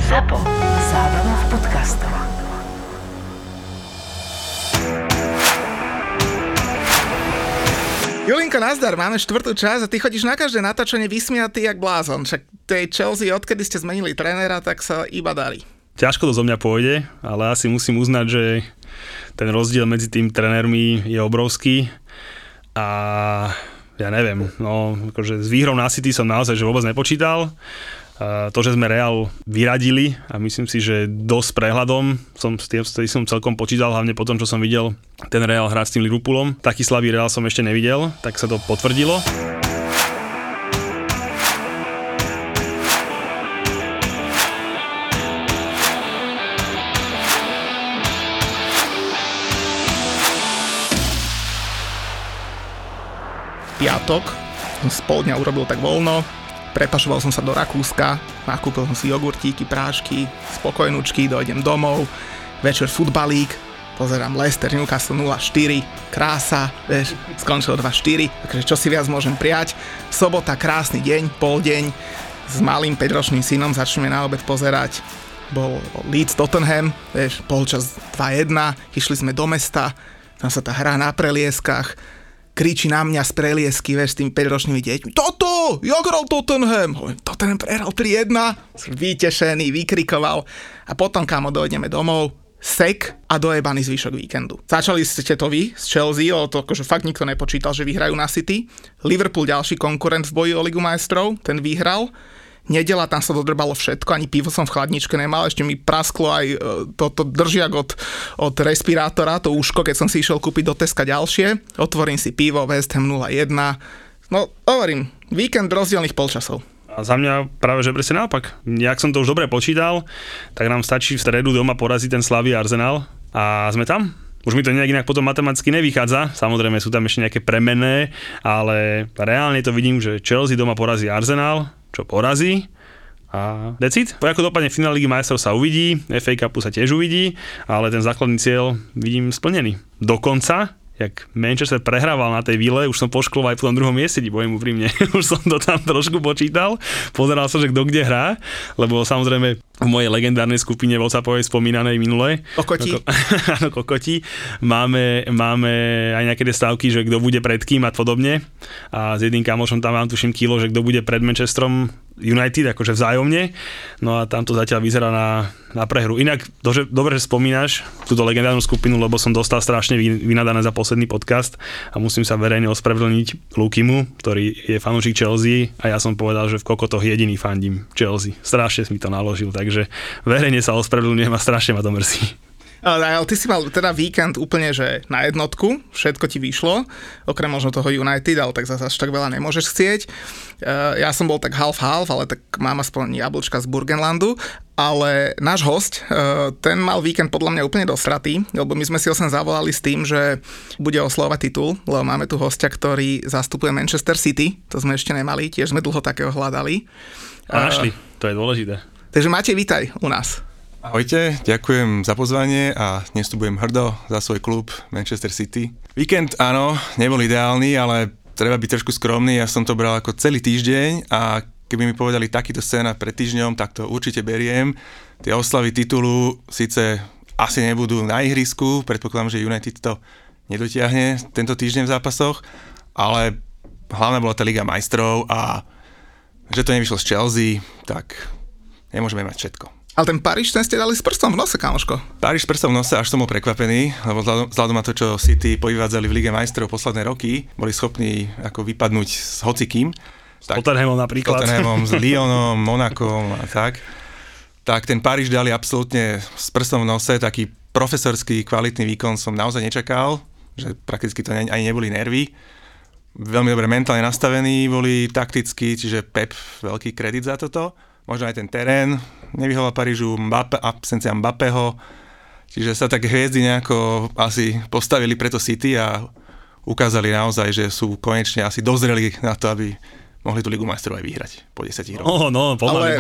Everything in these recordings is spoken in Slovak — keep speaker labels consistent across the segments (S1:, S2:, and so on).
S1: ZAPO. Zábrná v podcastov.
S2: Julinka, nazdar, máme štvrtú časť a ty chodíš na každé natáčanie vysmiatý jak blázon. Však tej Chelsea, odkedy ste zmenili trénera, tak sa iba darí.
S3: Ťažko to zo mňa pôjde, ale asi musím uznať, že ten rozdiel medzi tým trénermi je obrovský a ja neviem, no akože s výhrou na City som naozaj že vôbec nepočítal. To, že sme Real vyradili a myslím si, že dosť prehľadom som celkom počítal, hlavne po tom, čo som videl ten Real hrať s tým Liverpoolom. Taký slabý Real som ešte nevidel, tak sa to potvrdilo.
S2: Piatok, z pol dňa urobil tak voľno, prepašoval som sa do Rakúska, nakúpil som si jogurtíky, prášky, spokojnúčky, dojdem domov, večer futbalík, pozerám Leicester, Newcastle 0-4, krása, vieš, skončil 2-4, takže čo si viac môžem prijať. Sobota, krásny deň, poldeň, s malým 5-ročným synom začneme na obed pozerať, bol Leeds Tottenham, vieš, polčas 2-1, išli sme do mesta, tam sa tá hrá na prelieskach, kričí na mňa z preliesky, vieš, s tými 5-ročnými deťmi. Toto! Jak hral Tottenham? Tottenham prehral 3-1. Vytešený, vykrikoval. A potom, kámo, dojdeme domov, sek a dojebaný zvyšok víkendu. Začali ste to vy z Chelsea, to akože fakt nikto nepočítal, že vyhrajú na City. Liverpool, ďalší konkurent v boji o Ligu majstrov, ten vyhral. Nedela, tam sa dodrbalo všetko, ani pivo som v chladničke nemal, ešte mi prasklo aj toto držiak od respirátora, to úško, keď som si išiel kúpiť do Teska ďalšie. Otvorím si pivo, West Ham 0-1. No, hovorím, víkend rozdielných polčasov.
S3: A za mňa práve, že presne naopak. Jak som to už dobre počítal, tak nám stačí v stredu doma poraziť ten Slavia Arsenal a sme tam. Už mi to nejak inak potom matematicky nevychádza, samozrejme sú tam ešte nejaké premenné, ale reálne to vidím, že Chelsea doma porazí Arsenal, čo porazí a decid. Ako dopadne finále Ligy majstrov sa uvidí, FA Cupu sa tiež uvidí, ale ten základný cieľ vidím splnený. Dokonca, jak Manchester prehrával na tej vile, už som poškloval aj po tom druhom mieste, poviem úprimne. Už som to tam trošku počítal, pozeral som, že kto kde hrá, lebo samozrejme v mojej legendárnej skupine WhatsAppovej spomínanej minule.
S2: Kokoti.
S3: Áno, kokoti. Máme aj nejaké stavky, že kto bude pred kým a podobne. A s jedným kamošom tam mám tuším kilo, že kto bude pred Manchesterom United, akože vzájomne. No a tam to zatiaľ vyzerá na prehru. Inak, dobre, že spomínaš túto legendárnu skupinu, lebo som dostal strašne vynadané za posledný podcast a musím sa verejne ospravedlniť Lukimu, ktorý je fanúšik Chelsea a ja som povedal, že v kokotoch jediný fandím Chelsea. Strašne mi to naložil, takže verejne sa ospravedlňujem a strašne ma to mrzí.
S2: Ale ty si mal teda víkend úplne, že na jednotku, všetko ti vyšlo, okrem možno toho United, ale tak zase až tak veľa nemôžeš chcieť. Ja som bol tak half, ale tak mám aspoň jablčka z Burgenlandu, ale náš hosť, ten mal víkend podľa mňa úplne dosratý, lebo my sme si ho sem zavolali s tým, že bude oslovať titul, lebo máme tu hostia, ktorý zastupuje Manchester City, to sme ešte nemali, tiež sme dlho takého hľadali.
S3: A našli, to je dôležité.
S2: Takže Matej, vítaj u nás.
S4: Ahojte, ďakujem za pozvanie a dnes tu budem hrdo za svoj klub Manchester City. Víkend, áno, nebol ideálny, ale treba byť trošku skromný, ja som to bral ako celý týždeň a keby mi povedali takýto scéna pred týždňom, tak to určite beriem. Tie oslavy titulu síce asi nebudú na ihrisku, predpokladám, že United to nedotiahne tento týždeň v zápasoch, ale hlavná bola tá Liga majstrov a že to nevyšlo z Chelsea, tak nemôžeme mať všetko.
S2: Ale ten Paríž, ten ste dali s prstom v nose, kamoško.
S4: Paríž s prstom v nose, až som bol prekvapený, lebo vzhľadom na to, čo City povyvádzali v Lige majstrov posledné roky, boli schopní ako vypadnúť s hocikým.
S3: S Tottenhamom napríklad.
S4: S Tottenhamom, s Lyonom, Monakom a tak. Tak ten Paríž dali absolútne s prstom v nose, taký profesorský kvalitný výkon som naozaj nečakal, že prakticky to ani neboli nervy. Veľmi dobre mentálne nastavení boli takticky, čiže Pep veľký kredit za toto. Možno aj ten terén, nevyhoval Parížu absencia Mbappého, čiže sa tak hviezdy nejako asi postavili preto City a ukázali naozaj, že sú konečne asi dozreli na to, aby mohli tú Ligu majstrov aj vyhrať po 10 rokoch.
S3: Pomaly.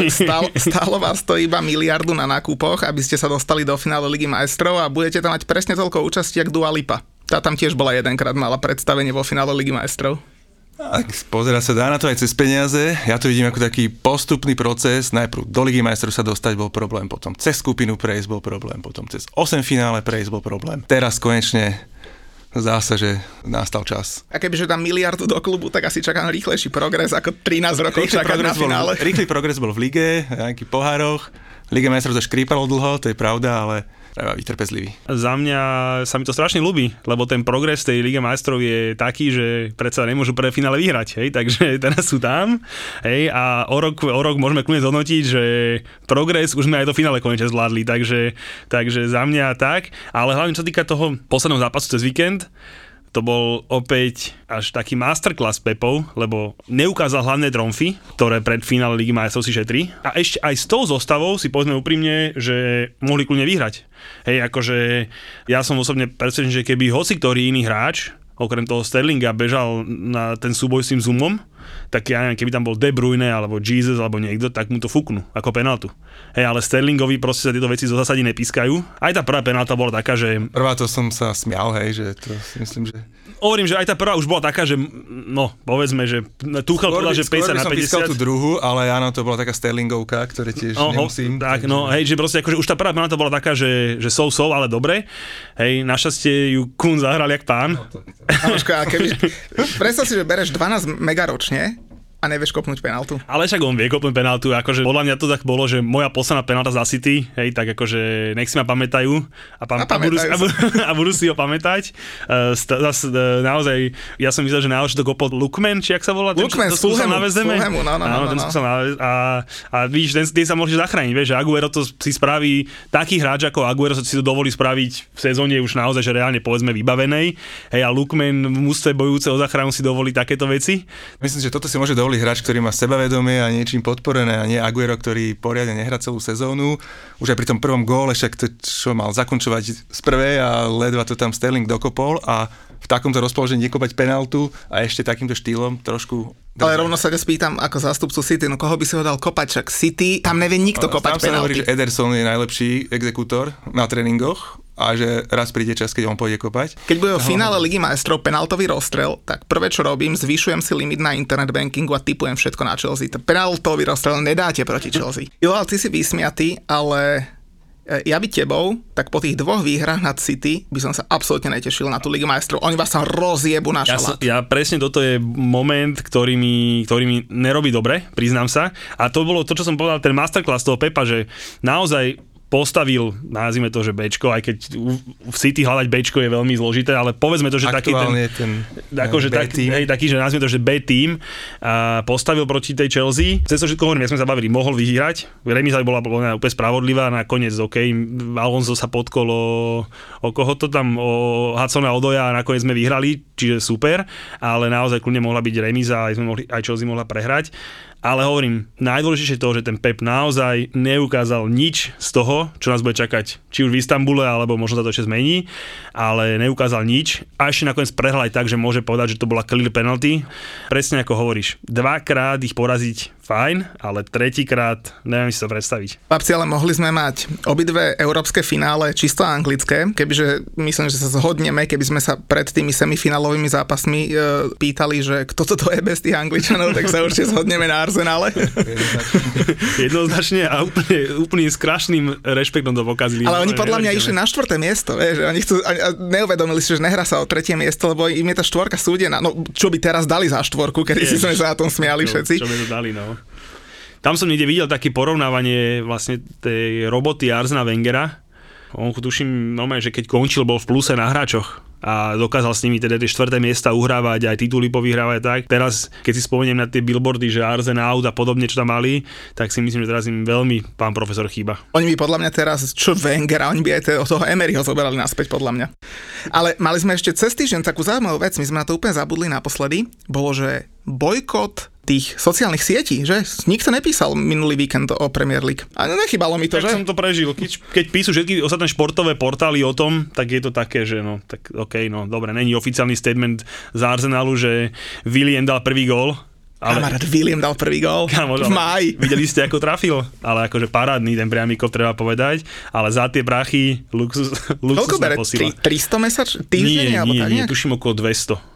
S2: Stálo vás to iba miliardu na nákupoch, aby ste sa dostali do finále Ligy majstrov a budete tam mať presne toľko účastí, jak Dua Lipa. Tá tam tiež bola jedenkrát, mala predstavenie vo finále Ligy majstrov.
S4: Tak pozerať sa dá na to aj cez peniaze. Ja to vidím ako taký postupný proces. Najprv do Ligy majstrov sa dostať bol problém, potom cez skupinu prejsť bol problém, potom cez 8 finále prejsť bol problém. Teraz konečne zdá sa, že nastal čas.
S2: A kebyže dám miliardu do klubu, tak asi čakám rýchlejší progres ako 13 rokov čakať na finále.
S4: Rýchly progres bol v lige, v nejakých pohároch. Liga majstrov to škrípalo dlho, to je pravda, ale treba byť trpezlivý.
S3: Za mňa sa mi to strašne ľúbi, lebo ten progres tej Lige majstrov je taký, že predsa nemôžu prvé finále vyhrať, hej, takže teraz sú tam, hej, a o rok môžeme kľudne zhodnotiť, že progres už sme aj do finále konečne zvládli, takže za mňa tak, ale hlavne čo týka toho posledného zápasu cez víkend, to bol opäť až taký masterclass Pepov, lebo neukázal hlavné tromfy, ktoré pred finále Ligy majstrov si šetrí. A ešte aj s tou zostavou si povedzme úprimne, že mohli kľudne vyhrať. Hej, akože ja som osobne presvedčený, že keby hoci ktorý iný hráč, okrem toho Sterlinga, bežal na ten súboj s tým Zoomom, tak ja neviem, keby tam bol De Bruyne, alebo Jesus, alebo niekto, tak mu to fúknú, ako penáltu. Hej, ale Sterlingovi proste sa tieto veci zo zásady nepískajú. Aj tá prvá penálta bola taká, že...
S4: Prvá to som sa smial, hej, že to si myslím, že...
S3: Hovorím, že aj tá prvá už bola taká, že no, povedzme, že Tuchel povedal, že 50 na 50.
S4: Skôr by som pískal tú druhú, ale áno, to bola taká Sterlingovka, ktoré tiež nemusím.
S3: Tak, no, hej, že proste akože už tá prvá penálta bola taká, že ale dobre. Hej, našťastie ju Kun zahral jak pán.
S2: A predstav si, že bereš 12 mega ročne a nevieš kopnúť penáltu.
S3: Ale však on vie kopnúť penáltu, akože podľa mňa to tak bolo, že moja posledná penálta za City, hej, tak akože nech si ma pamätajú a budú si ho pamätať. Naozaj, ja som myslel, že najlepšie to kopol Lookman, či jak sa volá?
S2: Lookman z Fulhamu,
S3: a vidíš, ten sa môže zachrániť, vieš, že Aguero to si spraví, taký hráč ako Aguero si to dovolí spraviť v sezóne už naozaj, že reálne povedzme vybavenej, hej, a Lookman v mužstve bojujúce o záchranu si dovolí takéto veci.
S4: Myslím, že toto si môže hráč, ktorý má sebavedomie a niečím podporené a nie Aguero, ktorý poriadne nehrá celú sezónu. Už aj pri tom prvom góle, však to, čo mal zakončovať z prvej a ledva to tam Sterling dokopol a v takomto rozpoložení nekopať penáltu a ešte takýmto štýlom trošku...
S2: Ale rovno sa ťa spýtam ako zástupcu City, no koho by si ho dal kopať, však City, tam nevie nikto kopať penálty.
S4: Tam sa hovorí, že Ederson je najlepší exekútor na tréningoch a že raz príde čas, keď on pôjde kopať.
S2: Keď bude v finále Ligy majstrov penáltový rozstrel, tak prvé, čo robím, zvyšujem si limit na internet bankingu a tipujem všetko na Chelsea. Penáltový rozstrel nedáte proti Chelsea. Jo, ale ty si vysmiatý, ale ja by tebou, tak po tých dvoch výhrách nad City by som sa absolútne netešil na tú Ligu majstrov. Oni vás sa rozjebu na šalát.
S3: Ja presne toto je moment, ktorý mi nerobí dobre, priznám sa. A to bolo to, čo som povedal, ten masterclass toho Pepa, že naozaj postavil, nazvime to, že Bčko, aj keď v City hľadať Bčko je veľmi zložité, ale povedzme to, že
S4: aktuálne
S3: taký, že nazvime to, že B tým postavil proti tej Chelsea. Cez to všetko hovorím, ja sme sa bavili, mohol vyhrať. Remíza bola úplne spravodlivá, nakoniec OK, Alonso sa podkolo o koho to tam, o Hudsona Odoja a nakoniec sme vyhrali, čiže super, ale naozaj kľudne mohla byť remíza, aj Chelsea mohla prehrať. Ale hovorím, najdôležitejšie je to, že ten Pep naozaj neukázal nič z toho, čo nás bude čakať. Či už v Istanbule, alebo možno sa to ešte zmení, ale neukázal nič. A ešte nakoniec prehral aj tak, že môže povedať, že to bola clear penalty. Presne ako hovoríš, dvakrát ich poraziť fajn, ale tretíkrát neviem si to predstaviť.
S2: Chlapci, ale mohli sme mať obidve európske finále čisto anglické, kebyže myslím, že sa zhodneme, keby sme sa pred tými semifinálovými zápasmi pýtali, že kto to je bez tých Angličanov, tak sa určite zhodneme na Arsenále.
S3: Jednoznačne a úplne s krašným rešpektom to pokazili.
S2: Ale oni podľa mňa išli na 4. miesto, vieš, oni chcú, neuvedomili si, že nehrá sa o 3. miesto, lebo im je tá 4 súdená. No, čo by teraz dali za 4, kedy si sme sa na tom smiali všetci.
S3: Čo by to dali, no. Tam som niekde videl také porovnávanie vlastne tej roboty Arsena Wengera. On tuším, normálne, že keď končil, bol v pluse na hráčoch a dokázal s nimi teda tie 4. miesta uhrávať, aj tituly povyhrávať tak. Teraz, keď si spomeniem na tie billboardy, že Arsen out a podobne, čo tam mali, tak si myslím, že teraz im veľmi pán profesor chýba.
S2: Oni by podľa mňa teraz, čo Wengera, oni by aj toho Emeryho zoberali naspäť, podľa mňa. Ale mali sme ešte cez týždeň takú zaujímavú vec, my sme na to úplne zabudli naposledy, bolo, že bojkot tých sociálnych sietí, že? Nikto nepísal minulý víkend o Premier League. A nechybalo mi to,
S3: tak
S2: že?
S3: Som to prežil. Keď píšu všetky ostatné športové portály o tom, tak je to také, že no, tak okej, no dobre, není oficiálny statement z Arsenalu, že William dal prvý gól.
S2: Kamarát, William dal prvý gól v máji.
S3: Videli ste, ako trafil? Ale akože parádny ten priamikov, treba povedať. Ale za tie prachy luxusná posila.
S2: 300 týždenne?
S3: Nie, tuším okolo 200.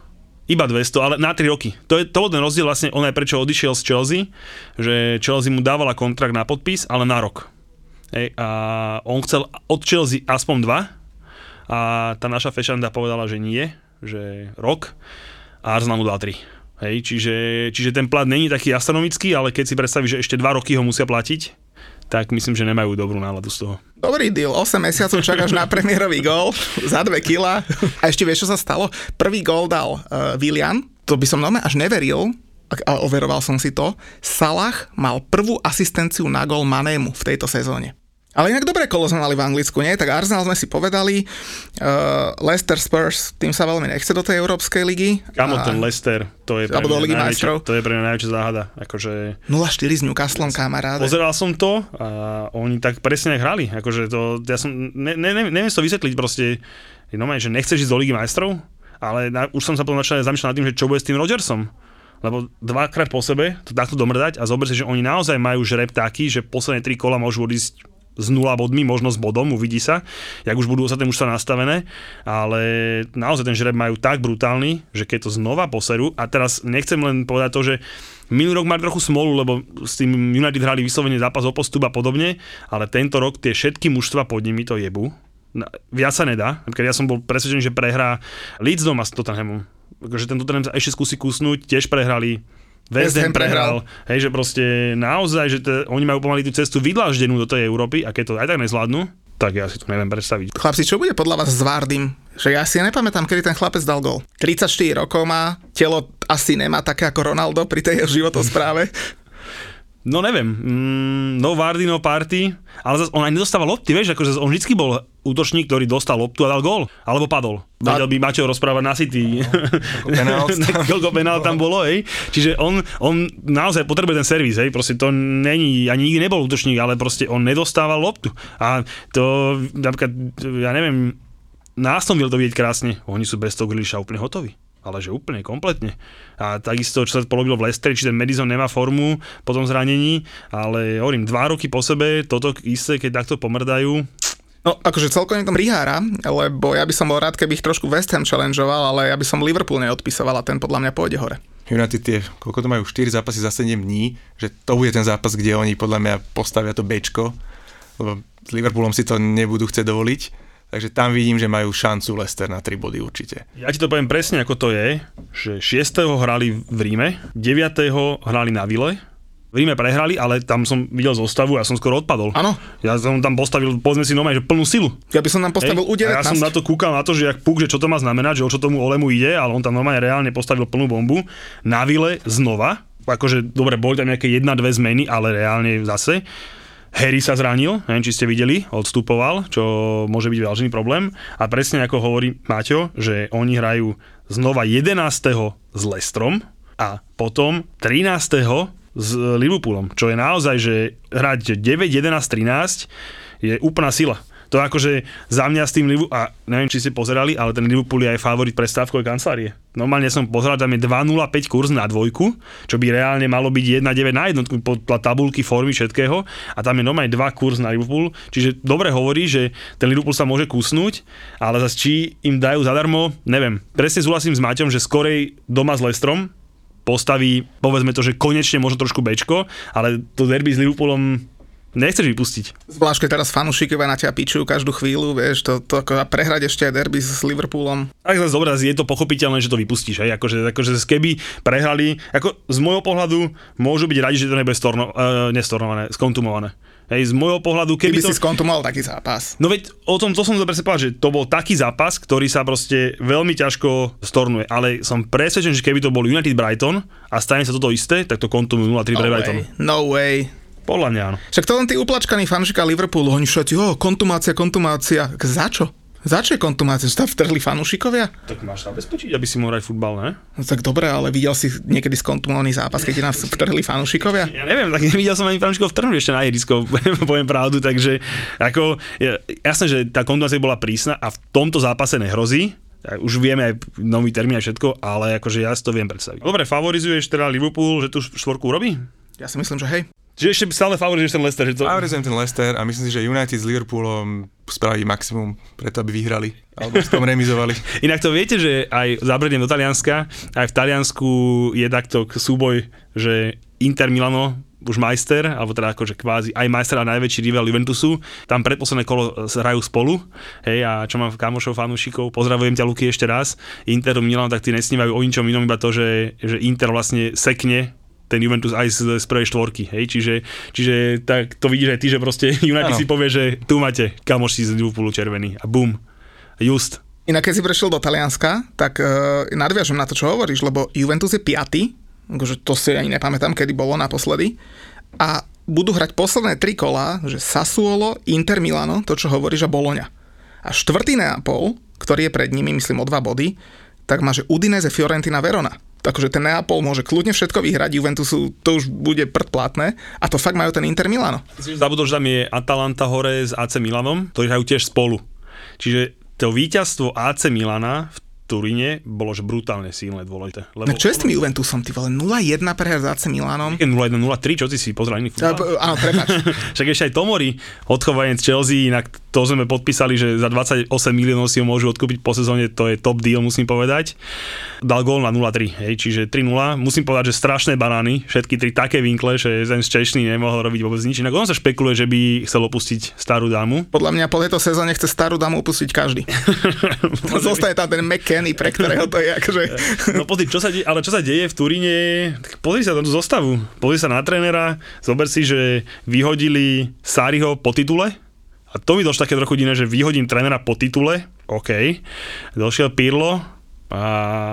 S3: Iba 200, ale na 3 roky. To bol ten rozdiel vlastne, on aj prečo odišiel z Chelsea, že Chelsea mu dávala kontrakt na podpis, ale na rok. Hej, a on chcel od Chelsea aspoň 2 a tá naša fešanda povedala, že nie, že rok a Arsenal mu dal 3. Hej, čiže ten plat není taký astronomický, ale keď si predstavíš, že ešte 2 roky ho musia platiť, tak myslím, že nemajú dobrú náladu z toho.
S2: Dobrý deal, 8 mesiacov čakáš na premiérový gól za 2 kila. A ešte vieš, čo sa stalo? Prvý gól dal Willian, to by som normálne až neveril, a overoval som si to. Salah mal prvú asistenciu na gól Manému v tejto sezóne. Ale inak dobré kolo sme mali v Anglicku, nie? Tak Arsenal sme si povedali, Leicester Spurs, tým sa veľmi nechce do tej Európskej ligy.
S3: Kamo ten Leicester, to je pre mňa najväčšia záhada. Akože...
S2: 0-4 s Newcastlom, kamaráde.
S3: Pozeral som to a oni tak presne hrali. Akože to, ja som, neviem si to vysvetliť proste, že nechceš ísť do Ligy majstrov, ale už som sa potom začal zamýšľať nad tým, že čo bude s tým Rodgersom. Lebo 2-krát po sebe to takto domrdať a zober si, že oni naozaj majú žreb taký, že posledné 3 kola môžu odísť s 0 bodmi, možno s bodom, uvidí sa, jak už budú ostatné mužstvá nastavené, ale naozaj ten žreb majú tak brutálny, že keď to znova poserú, a teraz nechcem len povedať to, že minulý rok mali trochu smolu, lebo s tým United hrali vyslovene zápas o postup a podobne, ale tento rok tie všetky mužstva pod nimi to jebu. Viac sa nedá, keď ja som bol presvedčený, že prehrá Leeds doma s Tottenhamom, že ten Tottenham sa ešte skúsi kusnúť, tiež prehrali. West Ham prehral. Hej, že proste naozaj, že oni majú pomaly tú cestu vydláždenú do tej Európy a keď to aj tak nezvládnu, tak ja si to neviem predstaviť.
S2: Chlapci, čo bude podľa vás s Vardym? Že ja si nepamätám, kedy ten chlapec dal gól. 34 rokov má, telo asi nemá také ako Ronaldo pri tej jeho životospráve.
S3: No neviem, no Vardy, no party, ale zase on aj nedostával lopty, vieš, akože on vždycky bol útočník, ktorý dostal loptu a dal gól, alebo padol. Vedel by Maťo rozprávať na City. Koľko penál tam bolo, hej. Čiže on naozaj potrebuje ten servis, hej, proste to není, ani nikdy nebol útočník, ale proste on nedostával loptu. A to, napríklad, ja neviem, na Aston Villa to vidieť krásne, oni sú bez toho Grealisha úplne hotoví. Ale že úplne, kompletne. A takisto, čo sa polobilo v Leicesteri, či ten Madison nemá formu po tom zranení, ale hovorím, 2 roky po sebe, toto isté, keď takto pomrdajú.
S2: No, akože celkom tam prihára, lebo ja by som bol rád, keby ich trošku West Ham challengeoval, ale ja by som Liverpool neodpisoval a ten podľa mňa pôjde hore.
S4: United tie, koľko to majú, 4 zápasy za 7 dní, že to bude ten zápas, kde oni podľa mňa postavia to Bčko, lebo s Liverpoolom si to nebudú chcieť dovoliť. Takže tam vidím, že majú šancu Leicester na 3 body určite.
S3: Ja ti to poviem presne, ako to je, že 6. hrali v Ríme, 9. hrali na Ville, v Ríme prehrali, ale tam som videl zostavu a ja som skoro odpadol.
S2: Áno.
S3: Ja som tam postavil, povedzme si normálne, že plnú silu.
S2: Ja by som tam postavil U19.
S3: A ja som na to kúkal na to, že jak puk, že čo to má znamenať, že o čo tomu Olemu ide, ale on tam normálne reálne postavil plnú bombu. Na Ville znova, akože dobre, boli tam nejaké 1-2 zmeny, ale reálne zase. Harry sa zranil, neviem, či ste videli, odstupoval, čo môže byť vážny problém. A presne ako hovorí Maťo, že oni hrajú znova 11. s Leicesterom a potom 13. s Liverpoolom, čo je naozaj, že hrať 9, 11, 13 je úplná sila. To akože za mňa s tým Liverpool, a neviem, či ste pozerali, ale ten Liverpool je aj favorit pre stávkové kancelárie. Normálne som pozeral, tam je 2,05 kurz na dvojku, čo by reálne malo byť 1,9 na jednotku podľa tabulky, formy, všetkého. A tam je normálne 2 kurz na Liverpool. Čiže dobre hovorí, že ten Liverpool sa môže kusnúť, ale zase či im dajú zadarmo, neviem. Presne súhlasím s Maťom, že skorej doma s Leicesterom postaví, povedzme to, že konečne možno trošku Bčko, ale to derby s Liverpoolom nechceš vypustiť.
S2: Zvlášť, keď teraz fanúšikovia na ťa pičujú každú chvíľu, vieš, to ako prehrať ešte aj derby s Liverpoolom.
S3: Tak zase dobré, je to pochopiteľné, že to vypustíš, hej, akože keby prehrali, ako z môjho pohľadu môžu byť radi, že to nebude nestornované, skontumované. Hej, z môjho pohľadu, keby
S2: si skontumoval taký zápas.
S3: No veď o tom, to som presne povedal, že to bol taký zápas, ktorý sa proste veľmi ťažko stornuje, ale som presvedčený, že keby to bol United Brighton a stane sa toto isté, tak to kontumuje 0-3 pre Brighton.
S2: No way.
S3: Podľa mňa áno.
S2: Však to len tí uplačkaní fanúšika Liverpoolu, oni všetci, kontumácia. Za čo? Za čo je kontumácia? Sú tam vtrhli fanúšikovia?
S3: Tak máš sa bezpečiť, aby si mohol hrať futbal, ne?
S2: No, tak dobre, ale videl si niekedy skontumovaný zápas, keď ti nám vtrhli fanúšikovia?
S3: Ja neviem, tak nevidel som ani fanúšikov vtrhnúť ešte na ihrisko, poviem pravdu, takže ako, jasné, že tá kontumácia bola prísna a v tomto zápase nehrozí. Už vieme aj nový termín a všetko, ale akože ja si to viem predstaviť. Dobre, favorizuješ teda Liverpool, že tú štvorku urobí?
S2: Ja si myslím, že hej.
S3: Čiže ešte stále favorizuješ ten Leicester, že to...
S4: Favorizujem ten Leicester a myslím si, že United s Liverpoolom spraví maximum preto, aby vyhrali. Alebo s tom remizovali.
S3: Inak to viete, že aj zabrednem do Talianska, aj v Taliansku je takto súboj, že Inter Milano už majster, alebo teda akože kvázi aj majster a najväčší rival Juventusu. Tam predposledné kolo hrajú spolu. Hej, a čo mám kamošov, fanúšikov, pozdravujem ťa, Luky, ešte raz. Interu Milano, tak tí nesnívajú o ničom inom, iba to, že Inter vlastne sekne ten Juventus aj z prvej štvorky. Hej, čiže tak to vidíš aj ty, že proste United si povie, že tu máte kamoši z Liverpoolu červený. A bum. Just.
S2: Inak keď si prešiel do Talianska, tak nadviažem na to, čo hovoríš, lebo Juventus je 5. Akože to si ani nepamätám, kedy bolo naposledy. A budú hrať posledné 3 kola, že Sassuolo, Inter Milano, to čo hovoríš, a Bologna. A 4. Neapol, ktorý je pred nimi, myslím o 2 body, tak má, že Udinese, Fiorentina, Verona. Takže ten Neapol môže kľudne všetko vyhrať, Juventusu to už bude platné a to fakt majú ten Inter Milano.
S3: Zabudol, že tam je Atalanta hore s AC Milanom, ktorí hrajú tiež spolu. Čiže to víťazstvo AC Milana v Turíne bolo že brutálne silné, dôležité.
S2: No čo je s tým Juventusom, ty vole, 0-1 prehrať s AC Milanom?
S3: 0-1, 0-3, čo ty si pozrel iný futbal?
S2: Áno, prepáč.
S3: Však ešte aj Tomori, odchovanec Chelsea, inak to sme podpísali, že za 28 miliónov si ho môžu odkúpiť po sezóne, to je top deal, musím povedať. Dal gól na 0-3, hej, čiže 3-0. Musím povedať, že strašné banány, všetky 3 také vinkle, že ten Ščešný nemohol robiť vôbec nič. Inak on sa špekuluje, že by chcel opustiť starú dámu.
S2: Podľa mňa po tejto sezóne chce starú dámu opustiť každý. Zostane tam ten McKenny, pre ktorého to je akože...
S3: No pozri, čo sa deje v Turíne, tak pozri sa na tú zostavu, pozri sa na trénera, zober si, že vyhodili Sarriho po titule. A to mi došlo také trochu iné, že vyhodím trénera po titule, OK. Došiel Pirlo a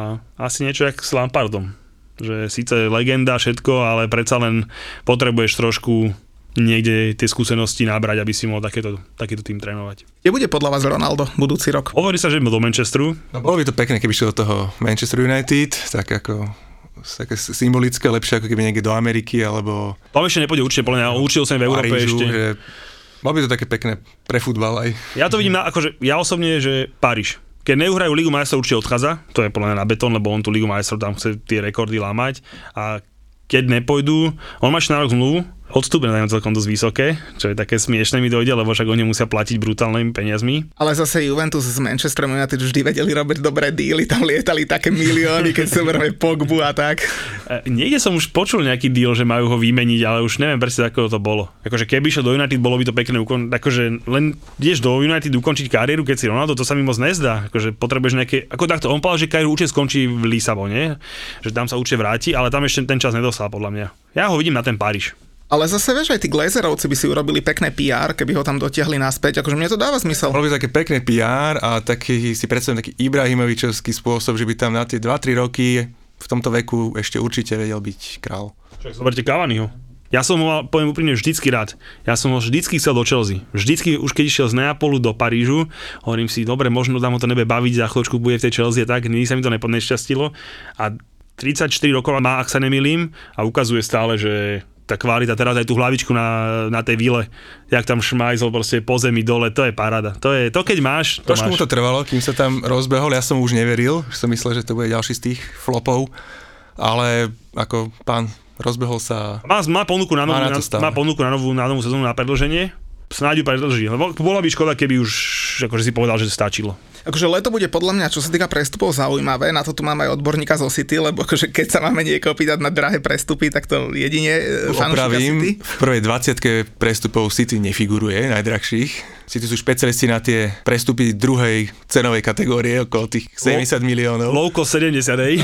S3: asi niečo jak s Lampardom. Že síce legenda, všetko, ale predsa len potrebuješ trošku niekde tie skúsenosti nabrať, aby si mohol takýto tým trénovať.
S2: Kde bude podľa vás Ronaldo budúci rok?
S3: Hovorí sa, že do Manchesteru.
S4: No bolo by to pekné, keby šiel do toho Manchester United, tak ako také symbolické, lepšie ako keby niekde do Ameriky, alebo...
S3: Tam ešte nepôjde určite, podľa mňa, učil som v Európe
S4: Parížu,
S3: ešte.
S4: Že... Bolo by to také pekné pre futbal aj.
S3: Ja to vidím, akože ja osobne, že Paríž. Keď neuhrajú Ligu majstrov, určite odchádza. To je podľa mňa na betón, lebo on tú Ligu majstrov tam chce tie rekordy lámať. A keď nepôjdu, on má ešte na rok zmluvu, odstúpne dajú celkom dosť vysoké, čo je také smiešné mi dojde, lebo však oni musia platiť brutálnymi peniazmi.
S2: Ale zase Juventus s Manchesterom United vždy vedeli robiť dobré díly, tam lietali také milióny, keď sa berme Pogbu a tak.
S3: Niekde som už počul nejaký deal, že majú ho vymeniť, ale už neviem presne, ako to bolo. Akože keby išiel do United, bolo by to pekné akože len ideš do United ukončiť kariéru, keď si Ronaldo, to sa mi moc nezdá. Akože potrebuješ nejaké, ako takto, on povedal, že kariéru určite skončí v Lisabone, že tam sa určite vráti, ale tam ešte ten čas nedostal podľa mňa. Ja ho vidím na ten Paríž.
S2: Ale zase vieš, aj tí Glazerovci by si urobili pekné PR, keby ho tam dotiahli naspäť, akože mne to dáva zmysel.
S4: Bolo by také pekné PR a taký si predstavím taký Ibrahimovičovský spôsob, že by tam na tie 2-3 roky v tomto veku ešte určite vedel byť král.
S3: Zoberte Cavaniho. Ja som ho, poviem úprimne, vždycky rád. Ja som ho vždycky chcel do Chelsea. Vždycky, už keď išiel z Neapolu do Parížu, hovorím si, dobre, možno tam ho to nebude baviť, za chvíľočku bude v tej Chelsea, tak nikdy sa mi to nešťastilo. A 34 rokov má, ak sa nemýlim, a ukazuje stále, že tá kvalita, teraz aj tú hlavičku na tej vile, jak tam šmajzol proste po zemi dole, to je paráda. To keď máš, to
S4: trošku
S3: máš.
S4: mu to trvalo, kým sa tam rozbehol, ja som už neveril, že som myslel, že to bude ďalší z tých flopov, ale ako pán rozbehol sa...
S3: Má ponuku na novú sezónu na predĺženie, snáď ju predĺží, lebo bola by škoda, keby už akože si povedal, že to stačilo.
S2: Akože leto bude podľa mňa, čo sa týka prestupov, zaujímavé. Na to tu máme aj odborníka zo City, lebo akože keď sa máme niekoho pýtať na drahé prestupy, tak to jedine fanúšika City.
S4: V prvej 20-ke prestupov City nefiguruje, najdrahších. City sú špecialisti na tie prestupy druhej cenovej kategórie, okolo tých 70 miliónov.
S3: Lowko 70, hej.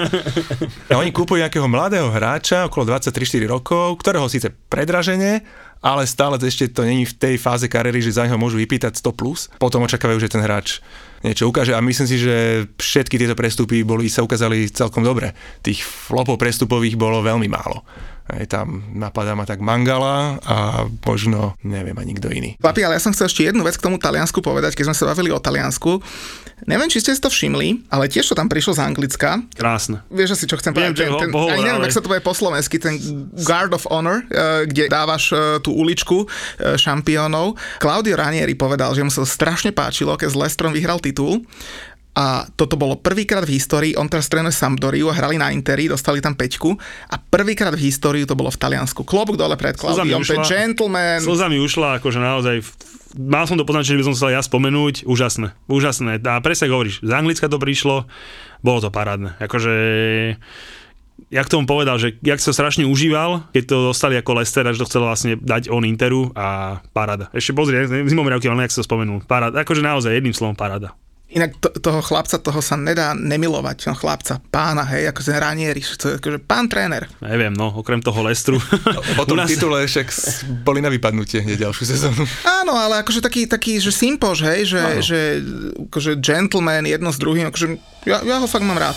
S4: A oni kúpujú nejakého mladého hráča, okolo 23-4 rokov, ktorého síce predraženie, ale stále ešte to není v tej fáze kariéry, že za neho môžu vypýtať 100+. Potom očakávajú, že ten hráč niečo ukáže a myslím si, že všetky tieto prestupy sa ukázali celkom dobre. Tých flopov prestupových bolo veľmi málo. Aj tam napadá ma tak Mangala a možno neviem ani nikto iný.
S2: Papi, ale ja som chcel ešte jednu vec k tomu Taliansku povedať, keď sme sa bavili o Taliansku. Neviem, či ste si to všimli, ale tiež to tam prišlo z Anglicka.
S3: Krásne.
S2: Vieš asi, čo chcem povedať? Ani neviem, jak sa to povie po slovensky, ten Guard of Honor, kde dávaš tú uličku šampiónov. Claudio Ranieri povedal, že mu sa strašne páčilo, keď s Leicesterom vyhral titul. a toto bolo prvýkrát v histórii, on teraz trénuje Sampdoriu a hrali na Interi, dostali tam 5 a prvýkrát v histórii to bolo v Taliansku. Klobúk dole pred Klaudiom, to je gentleman.
S3: Slza mi ušla, akože naozaj, mal som to poznačené, že by som chcel ja spomenúť, úžasné. A presne hovoríš, z Anglicka to prišlo, bolo to parádne. Akože, jak tomu povedal, že jak sa strašne užíval, keď to dostali ako Leicester, až to chcel vlastne dať on Interu a paráda. Ešte pozri, zimomriavky, ale jak sa to spomenul. Paráda, akože naozaj jedným slovom paráda.
S2: Inak toho chlapca, toho sa nedá nemilovať, toho chlapca, pána, hej, ako ten Ranieri, akože pán tréner.
S3: Neviem, no, okrem toho Lestru.
S4: Po tom titule však boli na vypadnutie ďalšiu sezónu.
S2: Áno, ale akože taký že simpoš, hej, že akože gentleman jedno s druhým, akože ja ho fakt mám rád.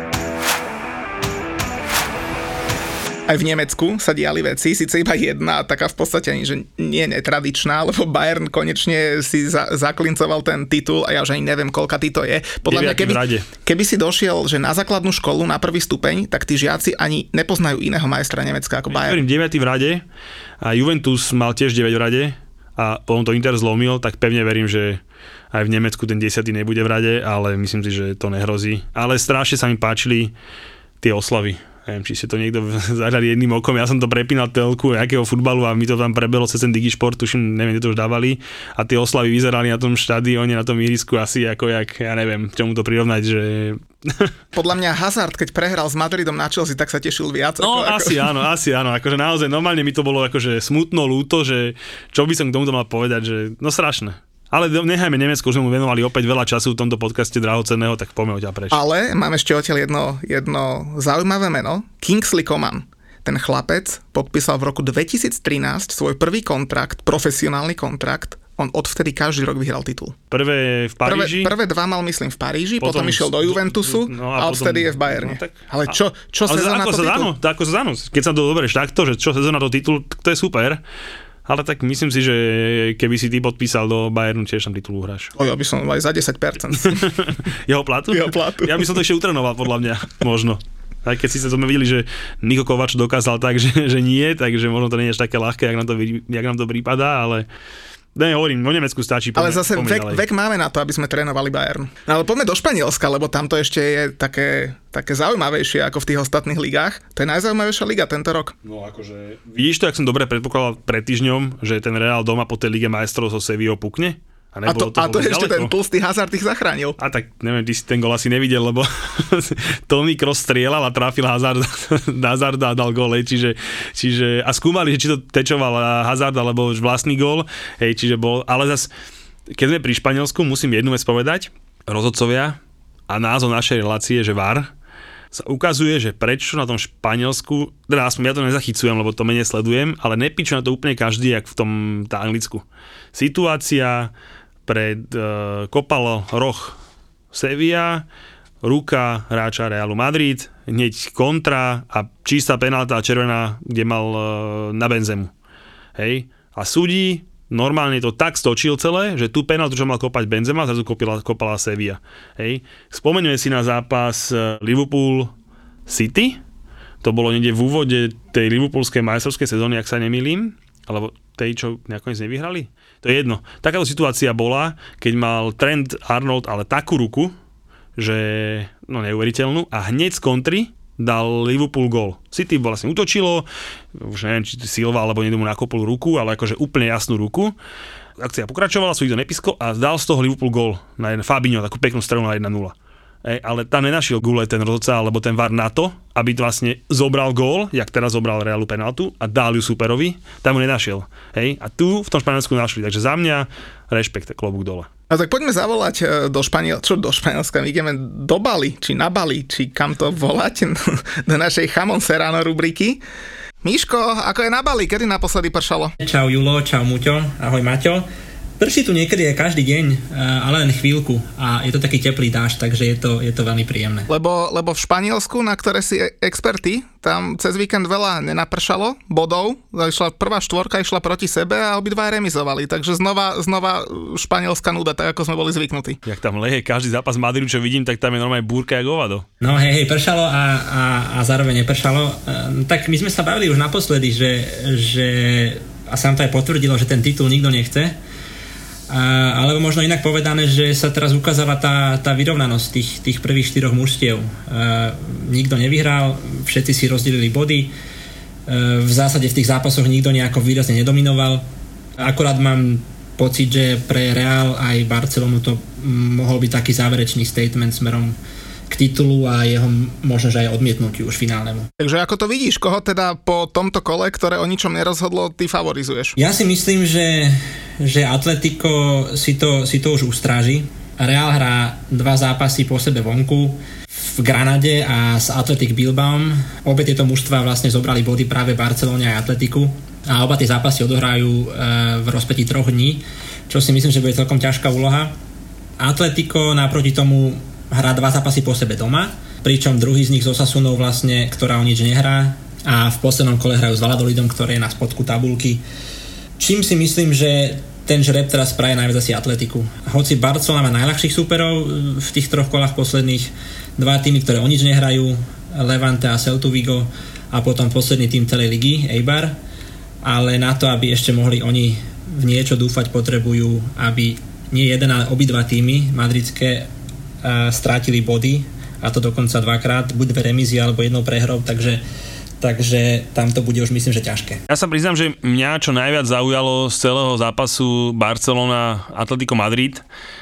S2: Aj v Nemecku sa diali veci, síce iba jedna, taká v podstate ani, že nie netradičná, lebo Bayern konečne si zaklincoval ten titul a ja už ani neviem, koľka to je. Podľa mňa, keby si došiel, že na základnú školu, na prvý stupeň, tak tí žiaci ani nepoznajú iného majstra Nemecka ako Bayern.
S3: 9. v rade a Juventus mal tiež 9 v rade a potom to Inter zlomil, tak pevne verím, že aj v Nemecku ten 10. nebude v rade, ale myslím si, že to nehrozí. Ale strašne sa mi páčili tie oslavy. Neviem, či si to niekto zahľadí jedným okom. Ja som to prepínal telku nejakého futbalu a mi to tam prebelo cez ten Digisport, tuším, neviem, kde to už dávali. A tie oslavy vyzerali na tom štadióne, na tom ihrisku asi ako jak, ja neviem, čomu to prirovnať, že...
S2: Podľa mňa Hazard, keď prehral s Madridom na Chelsea, tak sa tešil viac.
S3: No asi áno, akože naozaj normálne mi to bolo akože smutno, ľúto, že čo by som k tomuto mal povedať, že no strašné. Ale nechajme Nemecko, už sme mu venovali opäť veľa času v tomto podcaste drahocenného, tak poďme odtiaľ preč.
S2: Ale máme ešte odtiaľ jedno zaujímavé meno. Kingsley Coman. Ten chlapec podpísal v roku 2013 svoj prvý kontrakt, profesionálny kontrakt. On odvtedy každý rok vyhral titul.
S3: Prvé v Paríži?
S2: Prvé dva mal, myslím, v Paríži, potom išiel do Juventusu a odvtedy je v Bayerne. No, ale čo sezóna to titul?
S3: Ako sezóna, keď sa to doberieš takto, že čo sezóna to titul, to je super. Ale tak myslím si, že keby si ty podpísal do Bayernu, tiež tam titul uhráš.
S2: Ja by som aj za 10%.
S3: Jeho platu?
S2: Jeho platu.
S3: Ja by som to ešte utrenoval, podľa mňa, možno. Aj keď si sa videli, že Niko Kovač dokázal tak, že nie, takže možno to nie je také ľahké, jak nám to prípada, ale... hovorím, o Nemecku stačí.
S2: Ale zase vek máme na to, aby sme trénovali Bayern. No ale poďme do Španielska, lebo tam to ešte je také zaujímavejšie ako v tých ostatných ligách. To je najzaujímavejšia liga tento rok.
S3: No akože, vidíš to, jak som dobre predpokladal pred týždňom, že ten Real doma po tej Lige majstrov so Sevillou pukne?
S2: A to ešte ten tlstý Hazard ich zachránil.
S3: A tak neviem, ty si ten gól asi nevidel, lebo Toni Kroos strieľal a trafil Hazarda a dal gól, čiže a skúmali, že či to tečoval Hazard alebo už vlastný gól, čiže bol, ale zas keď sme pri Španielsku, musím jednu vec povedať, rozhodcovia a názov našej relácie, že VAR, sa ukazuje, že prečo na tom Španielsku, teda aspoň ja to nezachycujem, lebo to menej sledujem, ale nepíču na to úplne každý, jak v tom Anglicku. Situácia pred kopal roh Sevilla, ruka hráča Realu Madrid, hneď kontra a čistá penálta červená, kde mal na Benzemu. Hej? A súdi normálne to tak stočil celé, že tú penáltu, čo mal kopať Benzema, zrazu kopala Sevilla. Hej? Spomeňme si na zápas Liverpool City, to bolo niekde v úvode tej liverpoolskej majstrovskej sezóny, ak sa nemýlim, alebo tej, čo nakoniec nevyhrali. To je jedno. Takáto situácia bola, keď mal Trent Arnold ale takú ruku, že no neuveriteľnú a hneď z kontry dal Liverpool gól. City vlastne útočilo, už neviem, či Silva alebo niekto mu nakopol ruku, ale akože úplne jasnú ruku. Akcia pokračovala, súdi to nepisko a dal z toho Liverpool gól na Fabinho, takú peknú strelu na 1-0. Ale tam nenašiel gule ten rozhodca alebo ten VAR na to, aby vlastne zobral gól, jak teraz zobral Realu penaltu a dal ju superovi, tam mu nenašiel. A tu v tom Španielsku našli, takže za mňa rešpekt, klobúk dole.
S2: A tak poďme zavolať do Španielska, my ideme do Bali, či na Bali, či kam to volať, do našej Jamon Serrano rubriky. Miško, ako je na Bali, kedy naposledy pršalo?
S5: Čau Julo, čau Muťo, ahoj Maťo. Prší tu niekedy aj každý deň, ale len chvíľku a je to taký teplý dážď, takže je to veľmi príjemné.
S2: Lebo v Španielsku, na ktoré si experti, tam cez víkend veľa nenapršalo bodov, prvá štvorka išla proti sebe a obidva remizovali, takže znova španielská nuda, tak ako sme boli zvyknutí.
S3: Jak tam leje každý zápas Madridu, čo vidím, tak tam je normálne búrka jak hovado.
S5: No hej, pršalo a zároveň nepršalo. Tak my sme sa bavili už naposledy, že a sa nám to aj potvrdilo, že ten titul nikto nechce. Alebo možno inak povedané, že sa teraz ukázala tá vyrovnanosť tých prvých 4 mužstiev. Nikto nevyhral, všetci si rozdelili body. V zásade v tých zápasoch nikto nejako výrazne nedominoval. Akorát mám pocit, že pre Real aj Barcelonu to mohol byť taký záverečný statement smerom k titulu a jeho možno, že aj odmietnutiu už finálnemu.
S2: Takže ako to vidíš, koho teda po tomto kole, ktoré o ničom nerozhodlo, ty favorizuješ?
S5: Ja si myslím, že Atletico si to už ustráži. Real hrá 2 zápasy po sebe vonku v Granade a s Athletic Bilbaom. Obe tieto mužstva vlastne zobrali body práve Barcelone a Atletiku a oba tie zápasy odohrajú v rozpätí 3 dní, čo si myslím, že bude celkom ťažká úloha. Atletico naproti tomu hrá 2 zápasy po sebe doma, pričom druhý z nich s Osasunou vlastne, ktorá o nič nehrá, a v poslednom kole hrajú s Valladolidom, ktoré je na spodku tabulky. Čím si myslím, že ten žreb teraz praje najviac asi Atletiku. Hoci Barcelona má najľahších súperov v tých 3 kolách posledných, 2 týmy, ktoré o nič nehrajú, Levante a Celta Vigo, a potom posledný tým celej ligy, Eibar, ale na to, aby ešte mohli oni v niečo dúfať, potrebujú, aby nie jeden, ale obidva týmy madridské strátili body, a to dokonca 2-krát, buď v remízi alebo 1 prehrou, takže tam to bude už myslím, že ťažké.
S3: Ja sa priznám, že mňa čo najviac zaujalo z celého zápasu Barcelona Atletico Madrid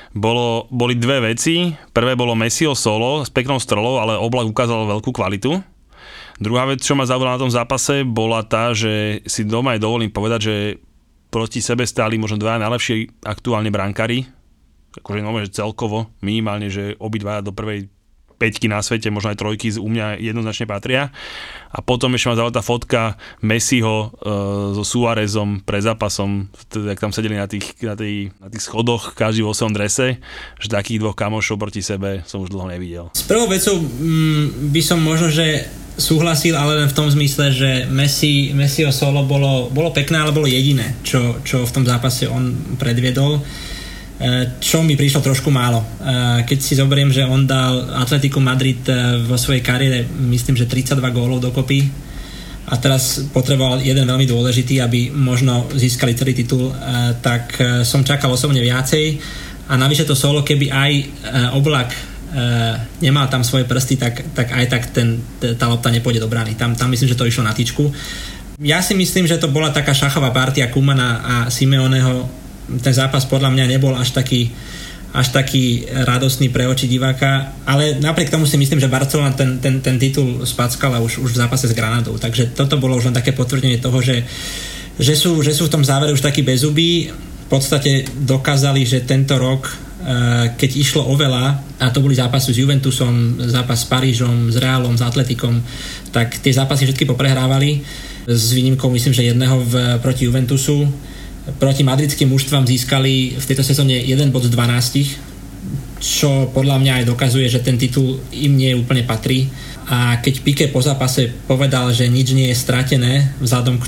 S3: boli 2 veci. Prvé bolo Messiho solo s peknou strelou, ale Oblak ukázal veľkú kvalitu. Druhá vec, čo ma zaujala na tom zápase, bola tá, že si doma aj dovolím povedať, že proti sebe stáli možno 2 najlepšie aktuálne brankári, akože že celkovo, minimálne, že obidva do prvej 5 na svete, možno aj 3 u mňa jednoznačne patria. A potom ešte ma zaujala tá fotka Messiho so Suárezom pred zápasom, jak tam sedeli na tých schodoch, každý vo svojom drese, že takých 2 kamošov proti sebe som už dlho nevidel.
S5: S prvou vecou by som možno, že súhlasil, ale len v tom zmysle, že Messiho solo bolo pekné, ale bolo jediné, čo v tom zápase on predviedol. Čo mi prišlo trošku málo. Keď si zoberiem, že on dal Atletico Madrid vo svojej kariére, myslím, že 32 gólov dokopy, a teraz potreboval jeden veľmi dôležitý, aby možno získali celý titul, tak som čakal osobne viacej. A navyše to solo, keby aj Oblak nemal tam svoje prsty, tak aj tak tá lopta nepôjde do brány. Tam myslím, že to išlo na tyčku. Ja si myslím, že to bola taká šachová partia Kumana a Simeoneho. Ten zápas podľa mňa nebol až taký radostný pre oči diváka, ale napriek tomu si myslím, že Barcelona ten titul spackala už v zápase s Granadou, takže toto bolo už len také potvrdenie toho, že sú v tom závere už takí bezzubí. V podstate dokázali, že tento rok, keď išlo o veľa, a to boli zápasy s Juventusom, zápas s Parížom, s Realom, s Atletikom, tak tie zápasy všetky poprehrávali, s výnimkou myslím, že jedného proti Juventusu. Proti madridským mužstvám získali v tejto sezóne 1 bod z 12, čo podľa mňa aj dokazuje, že ten titul im nie úplne patrí. A keď Piqué po zápase povedal, že nič nie je stratené, vzhľadom k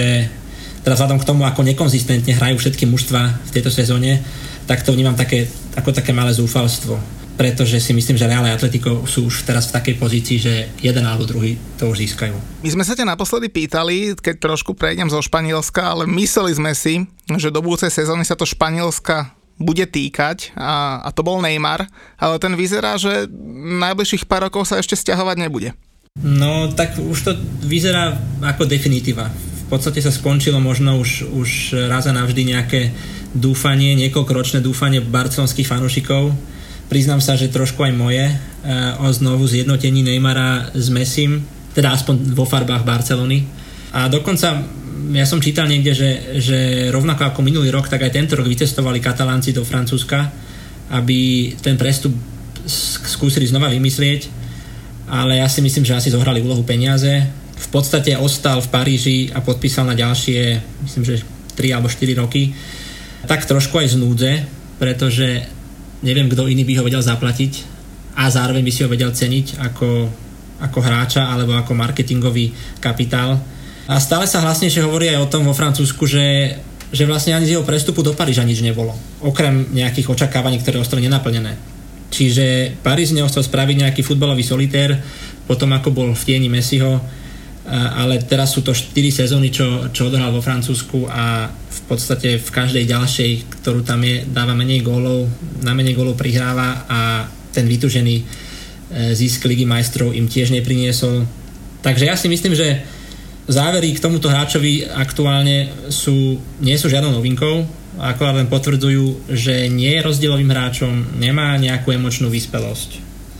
S5: tomu, ako nekonzistentne hrajú všetky mužstvá v tejto sezóne, tak to vnímam ako také malé zúfalstvo. Pretože si myslím, že Real a Atletico sú už teraz v takej pozícii, že jeden alebo druhý to už získajú. My
S2: sme sa ťa naposledy pýtali, keď trošku prejdem zo Španielska, ale mysleli sme si, že do budúcej sezóny sa to Španielska bude týkať a to bol Neymar, ale ten vyzerá, že najbližších pár rokov sa ešte sťahovať nebude.
S5: No tak už to vyzerá ako definitíva. V podstate sa skončilo možno už raz a navždy nejaké dúfanie, niekoľkoročné dúfanie barcelonských fanúšikov. Priznám sa, že trošku aj moje, o znovu zjednotení Neymara s Messim, teda aspoň vo farbách Barcelony. A dokonca ja som čítal niekde, že rovnako ako minulý rok, tak aj tento rok vycestovali Katalánci do Francúzska, aby ten prestup skúsili znova vymyslieť, ale ja si myslím, že asi zohrali úlohu peniaze. V podstate ostal v Paríži a podpísal na ďalšie, myslím, že 3 alebo 4 roky. Tak trošku aj z núdze, pretože neviem, kto iný by ho vedel zaplatiť a zároveň by si ho vedel ceniť ako hráča alebo ako marketingový kapitál. A stále sa hlasnejšie hovorí aj o tom vo Francúzsku, že vlastne ani z jeho prestupu do Paríža nič nebolo. Okrem nejakých očakávaní, ktoré ostali nenaplnené. Čiže Paríž z neho chcel spraviť nejaký futbalový solitér, potom ako bol v tieni Messiho. ale teraz sú to 4 sezóny, čo odohral vo Francúzsku a v podstate v každej ďalšej, ktorú tam je, dáva menej gólov, na menej gólov prihráva a ten vytúžený zisk Ligy majstrov im tiež nepriniesol. Takže ja si myslím, že závery k tomuto hráčovi aktuálne nie sú žiadnou novinkou, akorát len potvrdzujú, že nie je rozdielovým hráčom, nemá nejakú emočnú vyspelosť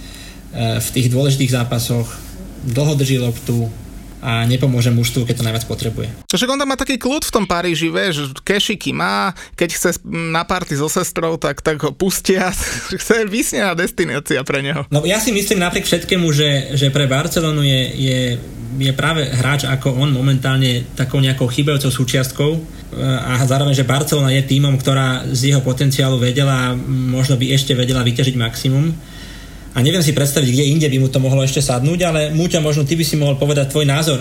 S5: v tých dôležitých zápasoch, dlho drží loptu a nepomôže mužstvu, keď to najviac potrebuje.
S2: Však on tam má taký kľud v tom Paríži, vieš, kešiky má, keď chce na party so sestrou, tak ho pustia, chce vysnená destinácia pre neho.
S5: No ja si myslím napriek všetkému, že pre Barcelonu je práve hráč ako on momentálne takou nejakou chýbajúcou súčiastkou a zároveň, že Barcelona je tímom, ktorá z jeho potenciálu vedela, možno by ešte vedela vyťažiť maximum. A neviem si predstaviť, kde inde by mu to mohlo ešte sadnúť, ale Múťa, možno ty by si mohol povedať tvoj názor.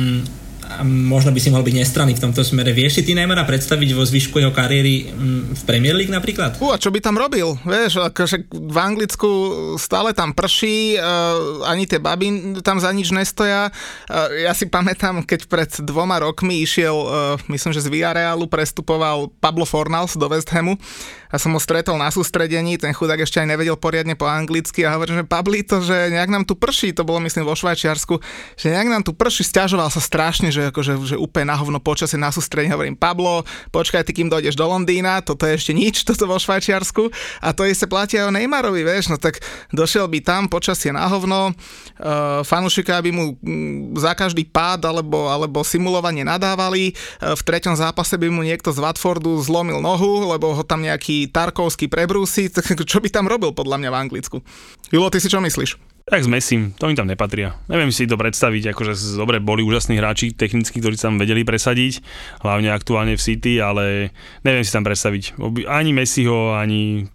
S5: A možno by si mohol byť nestranný v tomto smere. Vieš si ty Neymara predstaviť vo zvyšku jeho kariéry v Premier League napríklad?
S2: A čo by tam robil? Vieš, akože v Anglicku stále tam prší, ani tie baby tam za nič nestoja. Ja si pamätám, keď pred 2 rokmi išiel, myslím, že z Villarealu prestupoval Pablo Fornals do West Hamu a som ho stretol na sústredení, ten chudák ešte aj nevedel poriadne po anglicky a hovorím, že Pablito, že nejak nám tu prší, to bolo myslím vo Švajčiarsku, že nejak nám tu prší, sťažoval sa strašne, že akože úplne na hovno počasie na sústredení, hovorím, Pablo, počkaj ty, kým dojdeš do Londýna, toto je ešte nič, toto vo Švajčiarsku a to isté platia o Neymarovi, vieš, no tak došiel by tam, počasie na hovno, fanúšikovia by mu za každý pád alebo simulovanie nadávali, v 3. zápase by mu niekto z Watfordu zlomil nohu, lebo ho tam nejaký Tarkovský prebrúsi, tak čo by tam robil podľa mňa v Anglicku? Julo, ty si čo myslíš?
S3: Tak s Messim, to im tam nepatria. Neviem si to predstaviť, akože dobre, boli úžasní hráči technicky, ktorí sa tam vedeli presadiť, hlavne aktuálne v City, ale neviem si tam predstaviť ani Messiho, ani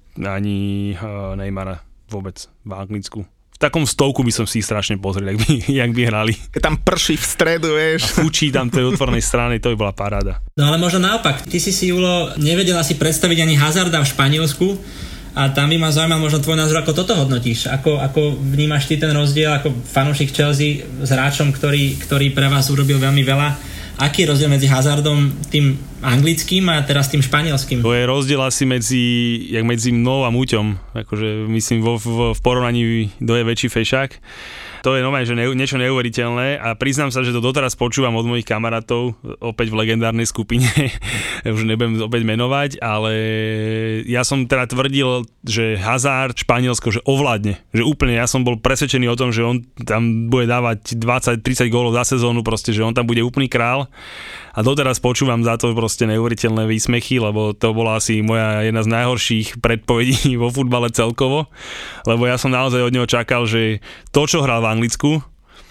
S3: Neymara vôbec v Anglicku. V takom stovku by som si ich strašne pozrel, jak by hrali.
S2: Keď tam prší v stredu, vieš.
S3: A fučí tam tej otvornej strany, to by bola paráda.
S5: No ale možno naopak, ty si Julo nevedela si predstaviť ani Hazarda v Španielsku a tam by ma zaujímal možno tvoj názor, ako toto hodnotíš, ako vnímaš ty ten rozdiel ako fanúšik Chelsea s hráčom, ktorý pre vás urobil veľmi veľa. Aký je rozdiel medzi Hazardom tým anglickým a teraz tým španielským?
S3: To je rozdiel asi medzi mnou a Múťom. Akože myslím v porovnaní, kto je väčší fešák. To je normálne, že niečo neuveriteľné a priznám sa, že to doteraz počúvam od mojich kamarátov, opäť v legendárnej skupine, už nebudem opäť menovať, ale ja som teda tvrdil, že Hazard Španielsko, že ovládne, že úplne ja som bol presvedčený o tom, že on tam bude dávať 20-30 gólov za sezónu, proste, že on tam bude úplný král. A doteraz počúvam za to proste neuveriteľné výsmechy, lebo to bola asi moja jedna z najhorších predpovedí vo futbale celkovo, lebo ja som naozaj od neho čakal, že to, čo hral v Anglicku,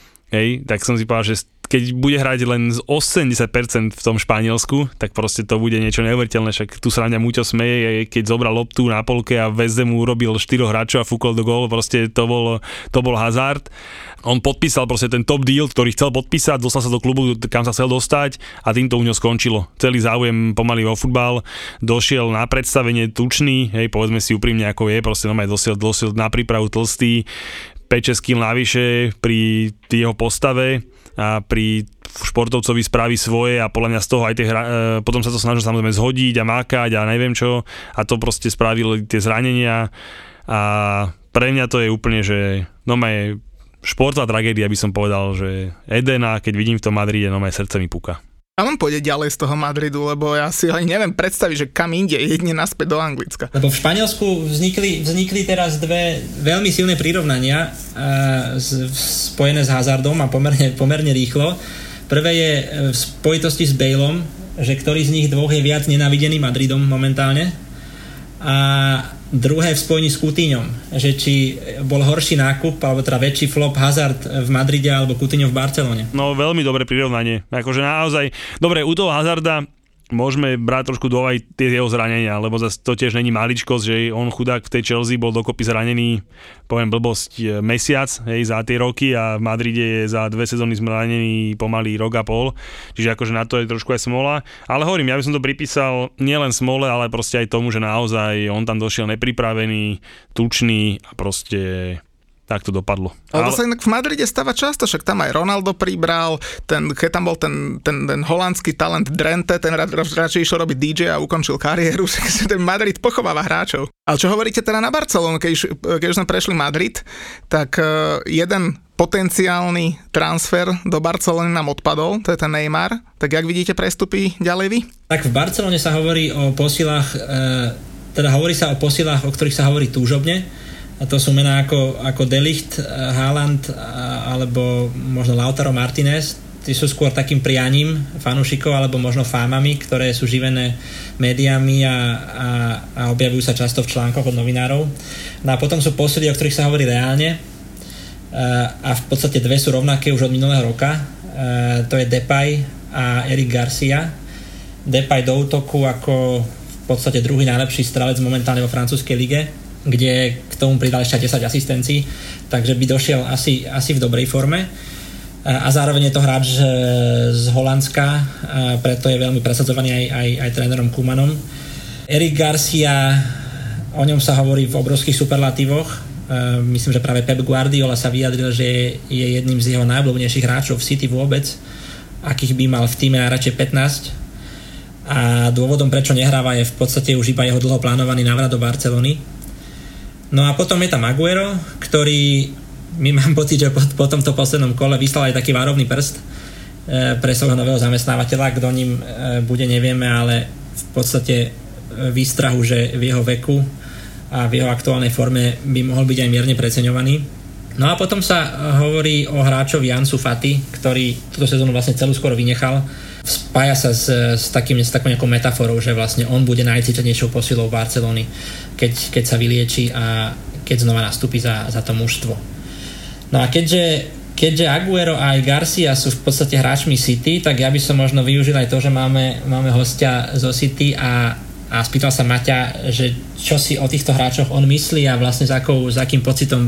S3: tak som si povedal, že keď bude hrať len z 80% v tom Španielsku, tak proste to bude niečo neuveriteľné, však tu sa na mňa Múťo smeje, keď zobral loptu na polke a West Hamu urobil 4 hráčov a fúkol do gólu, proste to bol Hazard. On podpísal proste ten top deal, ktorý chcel podpísať, dostal sa do klubu, kam sa chcel dostať a týmto u ňo skončilo. Celý záujem pomaly o futbal, došiel na predstavenie tučný, povedzme si úprimne ako je, proste došiel na prípravu tlstý, 5-6 kg navyše pri jeho postave a pri športovcovi spraví svoje a podľa mňa z toho aj potom sa to snažil samozrejme zhodiť a mákať a neviem čo a to proste spravili tie zranenia a pre mňa to je úplne, že športová tragédia by som povedal, že Edena, keď vidím v tom Madride, srdce mi puka.
S2: A on pôjde ďalej z toho Madridu, lebo ja si ani neviem predstaviť, že kam inde, jedine naspäť do Anglicka.
S5: Lebo v Španielsku vznikli teraz dve veľmi silné prirovnania spojené s Hazardom a pomerne rýchlo. Prvé je v spojitosti s Baleom, že ktorý z nich dvoch je viac nenávidený Madridom momentálne. A druhé v spojení s Coutinhom, že či bol horší nákup, alebo teda väčší flop Hazard v Madride alebo Coutinho v Barcelone.
S3: No veľmi dobré prirovnanie. Akože naozaj, dobre, u toho Hazarda môžeme brať trošku do aj tie jeho zranenia, lebo zase to tiež není maličkosť, že on chudák v tej Chelsea bol dokopy zranený, poviem blbosť, mesiac, za tie roky a v Madride je za 2 sezóny zranený pomaly rok a pol, čiže akože na to je trošku aj smola, ale hovorím, ja by som to pripísal nielen smole, ale proste aj tomu, že naozaj on tam došiel nepripravený, tučný a proste tak to dopadlo.
S2: Ale to sa inak v Madride stáva často, však tam aj Ronaldo pribral, keď tam bol ten holandský talent Drenthe, ten radšej išiel robiť DJ a ukončil kariéru, že ten Madrid pochováva hráčov. Ale čo hovoríte teda na Barcelonu, keď už sme prešli Madrid, tak jeden potenciálny transfer do Barcelony nám odpadol, to je ten Neymar. Tak jak vidíte prestupy ďalej vy?
S5: Tak v Barcelone sa hovorí o posilách, hovorí sa o posilách, o ktorých sa hovorí túžobne. A to sú mená ako De Ligt, Haaland alebo možno Lautaro Martinez. Tí sú skôr takým prianím fanúšikov alebo možno fámami, ktoré sú živené médiami a objavujú sa často v článkoch od novinárov. No a potom sú posily, o ktorých sa hovorí reálne a v podstate dve sú rovnaké už od minulého roka. To je Depay a Eric Garcia. Depay do útoku ako v podstate druhý najlepší strelec momentálne vo francúzskej lige, kde k tomu pridal ešte 10 asistencií, takže by došiel asi v dobrej forme. A zároveň je to hráč z Holandska, preto je veľmi presadzovaný aj trénerom Koemanom. Eric Garcia, o ňom sa hovorí v obrovských superlatívoch. Myslím, že práve Pep Guardiola sa vyjadril, že je jedným z jeho najobľúbenejších hráčov v City vôbec, akých by mal v týme najradšej 15. A dôvodom, prečo nehráva, je v podstate už iba jeho dlho plánovaný návrat do Barcelony. No a potom je tam Agüero, ktorý mám pocit, že po tomto poslednom kole vyslal aj taký varovný prst pre svojho nového zamestnávateľa, kto ním bude, nevieme, ale v podstate výstrahu, že v jeho veku a v jeho aktuálnej forme by mohol byť aj mierne preceňovaný. No a potom sa hovorí o hráčovi Ansu Fati, ktorý túto sezónu vlastne celú skoro vynechal. Spája sa s takou nejakou metaforou, že vlastne on bude najcítenejšou posilou Barcelony, keď sa vylieči a keď znova nastúpi za to mužstvo. No a keďže Agüero a aj Garcia sú v podstate hráčmi City, tak ja by som možno využil aj to, že máme hostia zo City a spýtal sa Maťa, že čo si o týchto hráčoch on myslí a vlastne s akým pocitom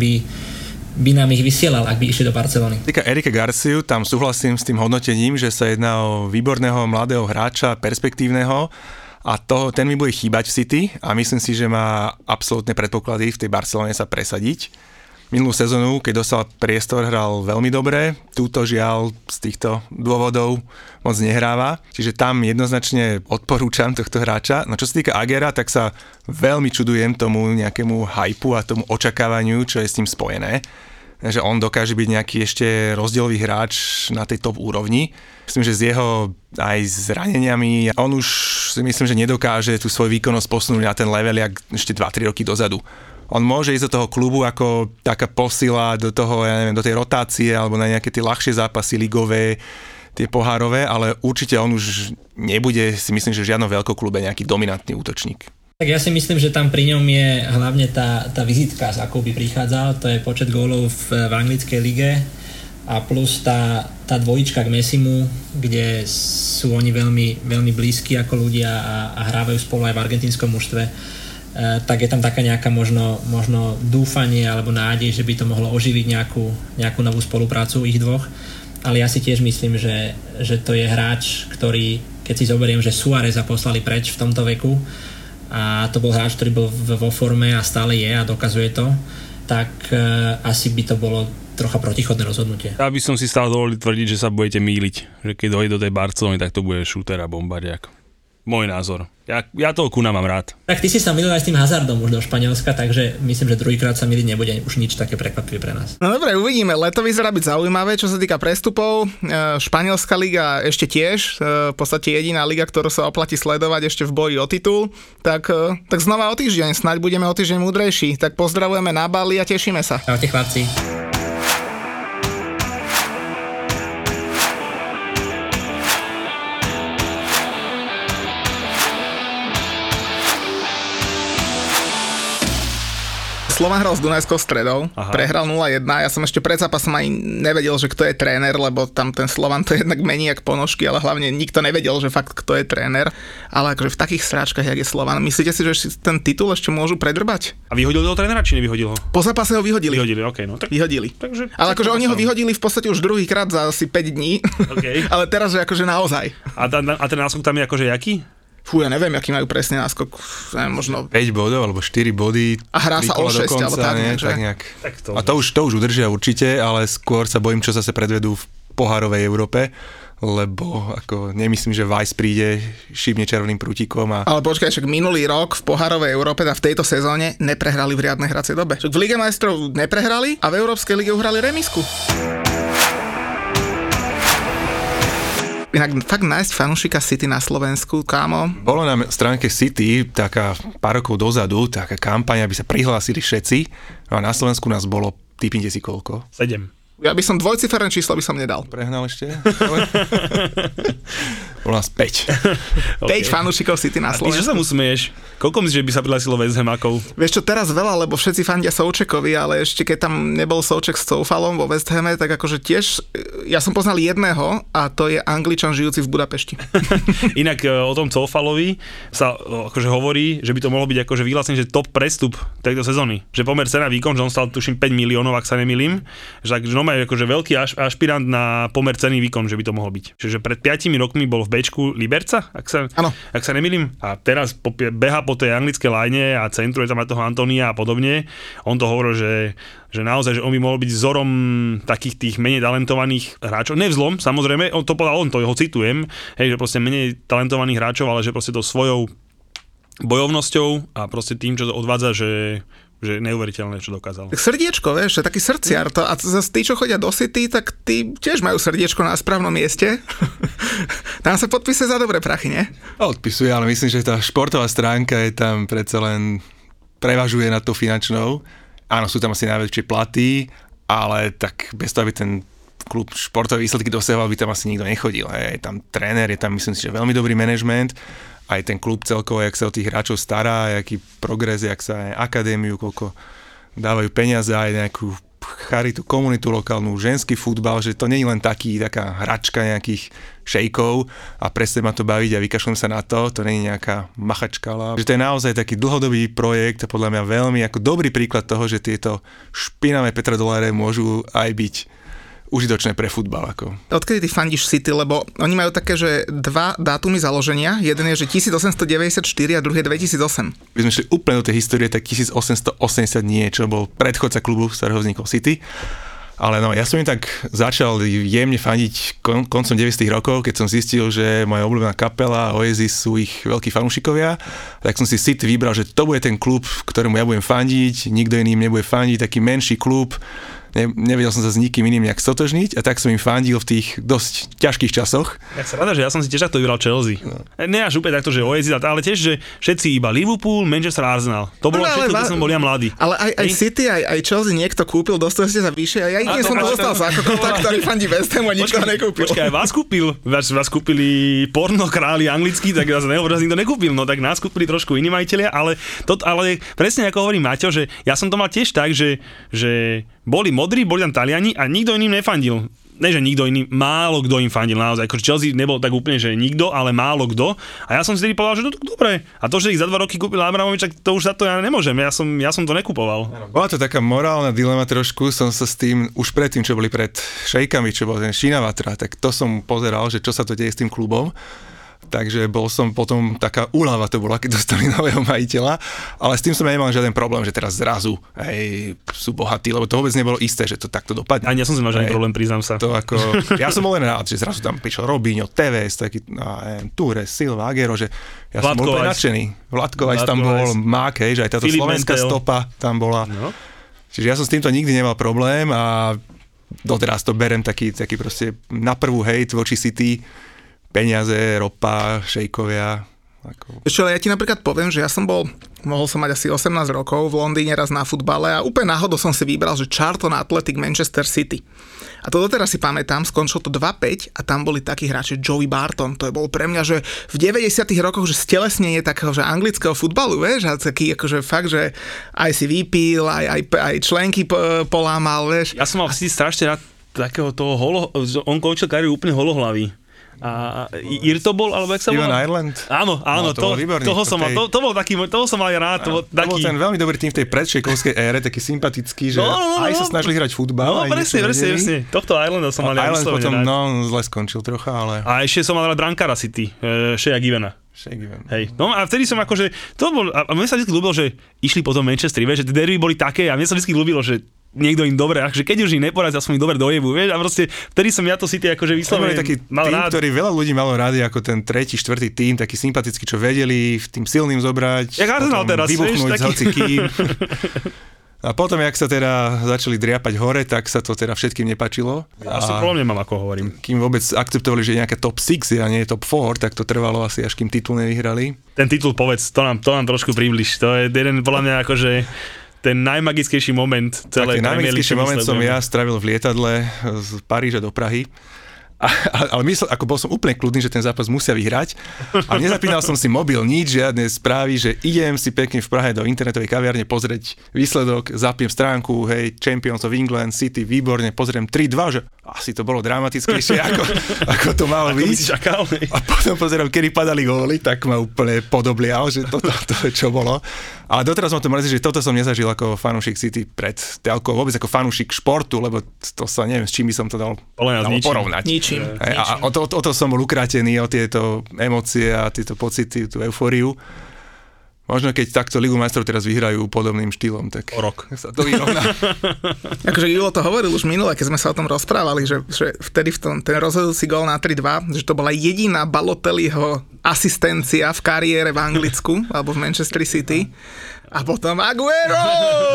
S5: by nám ich vysielal, ak by išli do Barcelony.
S4: Týka Erika Garciu, tam súhlasím s tým hodnotením, že sa jedná o výborného mladého hráča, perspektívneho a ten mi bude chýbať v City a myslím si, že má absolútne predpoklady v tej Barcelone sa presadiť. Minulú sezónu, keď dostal priestor, hral veľmi dobre, túto žiaľ z týchto dôvodov moc nehráva, čiže tam jednoznačne odporúčam tohto hráča. No čo sa týka Agüera, tak sa veľmi čudujem tomu nejakému hypu a tomu očakávaniu, čo je s tým spojené, že on dokáže byť nejaký ešte rozdielový hráč na tej top úrovni. Myslím, že s jeho aj zraneniami, on už si myslím, že nedokáže tú svoju výkonnosť posunúť na ten level jak ešte 2-3 roky dozadu. On môže ísť do toho klubu ako taká posila do toho, ja neviem, do tej rotácie alebo na nejaké tie ľahšie zápasy ligové, tie pohárové, ale určite on už nebude, si myslím, že v žiadnom veľkoklube nejaký dominantný útočník.
S5: Tak ja si myslím, že tam pri ňom je hlavne tá vizitka, s akou by prichádzal, to je počet gólov v anglickej lige a plus tá dvojička k Messimu, kde sú oni veľmi, veľmi blízki ako ľudia a hrávajú spolu aj v argentínskom mužstve. Tak je tam taká nejaká možno dúfanie alebo nádej, že by to mohlo oživiť nejakú novú spoluprácu ich dvoch. Ale ja si tiež myslím, že to je hráč, ktorý, keď si zoberiem, že Suáreza poslali preč v tomto veku a to bol hráč, ktorý bol vo forme a stále je a dokazuje to, tak asi by to bolo trocha protichodné rozhodnutie.
S3: Ja by som si stále dovolil tvrdiť, že sa budete mýliť, že keď dojde do tej Barcelony, tak to bude šúter a bombardiak. Môj názor. Ja toho Kuna mám rád.
S5: Tak ty si sa mýlil aj s tým Hazardom už do Španielska, takže myslím, že druhýkrát sa mýliť nebude už nič také prekvapivé pre nás.
S2: No dobre, uvidíme. Leto vyzerá byť zaujímavé, čo sa týka prestupov. Španielská liga ešte tiež, v podstate jediná liga, ktorú sa oplatí sledovať ešte v boji o titul. Tak znova o týždeň, snáď budeme o týždeň múdrejší. Tak pozdravujeme na Bali a tešíme sa.
S5: Ahojte chlapci.
S2: Slovan hral s Dunajskou Stredou, prehral 0-1, ja som ešte pred zápasom aj nevedel, že kto je tréner, lebo tam ten Slovan to jednak mení jak ponožky, ale hlavne nikto nevedel, že fakt kto je tréner, ale akože v takých sráčkach, jak je Slovan, myslíte si, že ten titul ešte môžu predrbať?
S3: A vyhodil toho trénera, či nevyhodil ho?
S2: Po zápase ho vyhodili.
S3: Okay, no tak...
S2: Vyhodili.
S3: Takže,
S2: ale akože oni ho vyhodili v podstate už druhýkrát za asi 5 dní,
S3: okay.
S2: Ale teraz, že akože naozaj.
S3: A ten náskok tam je akože jaký?
S2: Fú, ja neviem, aký majú presne náskok, neviem, možno...
S4: 5 bodov alebo 4 body.
S2: A hrá sa o 6, alebo tak,
S4: tak nejak.
S3: Tak to...
S4: A to už udržia určite, ale skôr sa bojím, čo zase predvedú v pohárovej Európe, lebo ako nemyslím, že Vice príde, šibne červeným prútikom a...
S2: Ale počkaj, však minulý rok v pohárovej Európe a v tejto sezóne neprehrali v riadnej hracej dobe. Však v Lige majstrov neprehrali a v Európskej lige uhrali remisku. Inak fakt nájsť fanúšika City na Slovensku, kámo.
S4: Bolo na stránke City taká pár rokov dozadu, taká kampaň, aby sa prihlásili všetci, a na Slovensku nás bolo, typnite si koľko?
S3: 7.
S2: Ja by som dvojciferné číslo by som nedal.
S4: Prehnal ešte? Bolo nás 5.
S2: 5 fanúšikov City na
S3: A ty čo
S2: Slovensku.
S3: sa mu smieš? Koľko myslíš, že by sa prihlásilo West Hamákov?
S2: Vieš čo, teraz veľa, lebo všetci fandia Součekovi, ale ešte keď tam nebol Souček s Coufalom vo West Hame, tak akože tiež, ja som poznal jedného a to je Angličan žijúci v Budapešti.
S3: Inak o tom Coufalovi sa akože hovorí, že by to mohlo byť akože vyhlásenie, že top prestup tejto sezóny. Že pomer cena výkon, že on stal tuším 5 miliónov, ak sa nemýlim. Že akože veľký ašpirant na pomer ceny výkon, že by to mohol byť. Čiže pred 5 rokmi bol v Bčku Liberca, ak sa nemýlim. A teraz beha po tej anglickej line a centruje tam aj toho Antonia a podobne. On to hovoril, že naozaj, že on by mohol byť vzorom takých tých menej talentovaných hráčov. Nevzlom, samozrejme, on to povedal, to ho citujem, hej, že proste menej talentovaných hráčov, ale že proste to svojou bojovnosťou a proste tým, čo to odvádza, že neuveriteľné, čo dokázal.
S2: Tak srdiečko, vieš, že taký srdciar to, a zase tí, čo chodia do City, tak tí tiež majú srdiečko na správnom mieste. Tam sa podpisuje za dobré prachy, nie?
S4: Odpisuje, ale myslím, že tá športová stránka je tam predsa len prevažuje nad tou finančnou. Áno, sú tam asi najväčšie platy, ale tak bez toho, aby ten klub športové výsledky dosahoval, by tam asi nikto nechodil. Je tam tréner, je tam myslím si, že veľmi dobrý manažment, aj ten klub celkovo, jak sa o tých hráčov stará, aký progres, jak sa aj akadémiu, koľko dávajú peniaze, aj nejakú charitu, komunitu lokálnu, ženský futbal, že to nie je len taká hračka nejakých šejkov a presne ma to baviť a vykašľujem sa na to nie je nejaká machačka, ale že to je naozaj taký dlhodobý projekt a podľa mňa veľmi ako dobrý príklad toho, že tieto špinavé petrodoláre môžu aj byť užitočné pre futbal. Ako.
S2: Odkedy ty fandíš City, lebo oni majú také, že 2 dátumy založenia, jeden je, že 1894 a druhý je 2008.
S4: My sme šli úplne do tej histórie, tak 1880 niečo, bol predchodca klubu, z ktorého vznikol City. Ale no, ja som im tak začal jemne fandiť koncom 90. rokov, keď som zistil, že moja obľúbená kapela Oasis sú ich veľkí fanúšikovia, tak som si City vybral, že to bude ten klub, ktorému ja budem fandiť, nikto iný im nebude fandiť, taký menší klub. Nevedel som sa s nikým iným nejak stotožniť a tak som im fandil v tých dosť ťažkých časoch.
S3: Ja sa rada, že ja som si tiež takto vybral Chelsea. No. Ne až úplne takto, že Oasis, ale tiež, že všetci iba Liverpool, Manchester, Arsenal. To bolo všetko, keď som bol ja mladý.
S2: Ale aj City, aj Chelsea niekto kúpil, dostal ste sa vyššie a ja nie som to dostal za kontakt, ktorý fandí West Hamu a nikto ho nekúpil.
S3: Počkaj, aj vás kúpili porno králi anglický, tak ja sa nehovorím, že nikto nekúpil, no tak nás kúpili trošku iní majitelia, ale presne ako hovorí Maťo, že ja som to mal tiež tak, že boli modrí, boli tam Taliani a nikto iným nefandil. Ne, že nikto iný, málo kto im fandil naozaj. Akože Chelsea nebol tak úplne, že nikto, ale málo kto. A ja som si tedy povedal, že no dobre. A to, že ich za 2 roky kúpil Abramovič, tak to už za to ja nemôžem. Ja som to nekupoval.
S4: Bola to taká morálna dilema trošku, som sa s tým, už predtým, čo boli pred šejkami, čo bol ten Shinawatra, tak to som pozeral, že čo sa to deje s tým klubom. Takže bol som potom, taká úľava to bola, keď dostali nového majiteľa, ale s tým som nemal žiaden problém, že teraz zrazu sú bohatí, lebo to vôbec nebolo isté, že to takto dopadne.
S3: Ani ja som si mal žiaden problém, priznám sa.
S4: To ako, ja som bol len rád, že zrazu tam prišiel Robinho, TVS, taký Toure, Silva, Agero, že ja som bol úplne nadšený. Vladko tam bol, Mák, že aj táto slovenská stopa tam bola. No. Čiže ja som s týmto nikdy nemal problém a doteraz to berem taký proste na prvú hejt voči City, peniaze, ropa, šejkovia.
S2: Ešte, ale ja ti napríklad poviem, že ja mohol som mať asi 18 rokov v Londýne raz na futbale a úplne náhodou som si vybral, že Charlton Athletic Manchester City. A to doteraz si pamätám, skončilo to 2-5 a tam boli takí hráči, Joey Barton, to je bol pre mňa, že v 90 rokoch, že stelesnenie takého, že anglického futbalu, vieš, a taký akože fakt, že aj si vypil, aj členky polámal, vieš.
S3: Ja som mal strašne rád takého toho on končil kariéru úplne holohlavý. A Irto bol, alebo jak sa volal?
S4: Steven Ireland?
S3: Áno,
S4: no, to
S3: toho som mal rád.
S4: To bol ten veľmi dobrý tým v tej predšejkovskej ére, taký sympatický, že aj sa snažili hrať futbal.
S3: No, presne. Tohto Irelanda som mal ja
S4: Ireland
S3: vyslovene
S4: potom,
S3: rád.
S4: Zle skončil trocha, ale...
S3: A ešte som mal rád brankára City, Shea Givena. Hej, no a vtedy som akože, to bol, a mne sa vždy ľúbilo, že išli potom Manchesteri, vieš, že tie derby boli také a mne sa vždy ľúbilo, že niekto im dobre, akože keď už im neporazí, aspoň im dobre dojebu, vieš, a proste vtedy som ja to City akože vyslovene
S4: taký
S3: mal
S4: tým,
S3: rád.
S4: ktorý veľa ľudí malo rádi, ako ten 3., 4. tým, taký sympatický, čo vedeli tým silným zobrať,
S3: Jak Arsenal teraz,
S4: vybuchnúť
S3: vieš,
S4: z hocikým. A potom, jak sa teda začali driapať hore, tak sa to teda všetkým nepáčilo.
S3: Až to problém nemám, ako hovorím.
S4: Kým vôbec akceptovali, že je nejaké top 6 a nie je top 4, tak to trvalo asi až kým titul nevyhrali.
S3: Ten titul, povedz, to nám trošku približ. To je jeden, podľa mňa, akože ten najmagickejší moment celej Premier League.
S4: Najmagickejší moment som ja stravil v lietadle z Paríža do Prahy. Ale myslel, ako bol som úplne kľudný, že ten zápas musia vyhrať. A nezapínal som si mobil, nič, žiadne správy, že idem si pekne v Prahe do internetovej kaviarne pozrieť výsledok, zapiem stránku, hej, Champions of England, City, výborne, pozriem 3-2, že asi to bolo dramatickejšie, ako to malo byť. A potom pozerám, kedy padali góly, tak ma úplne podoblial, že toto je čo bolo. Ale doteraz ma to mrzí, že toto som nezažil ako fanúšik City pred telkou, vôbec ako fanúšik športu, lebo to sa neviem, s čím by som to dal porovnať.
S2: Ničím.
S4: A o to som bol ukrátený, o tieto emócie a tieto pocity, tú eufóriu. Možno keď takto Ligu majstrov teraz vyhrajú podobným štýlom, tak
S3: o rok
S4: sa to vyrovná.
S2: Akože Julo to hovoril už minule, keď sme sa o tom rozprávali, že vtedy ten rozhodujúci gól na 3-2, že to bola jediná Balotelliho asistencia v kariére v Anglicku alebo v Manchester City. A potom Aguero!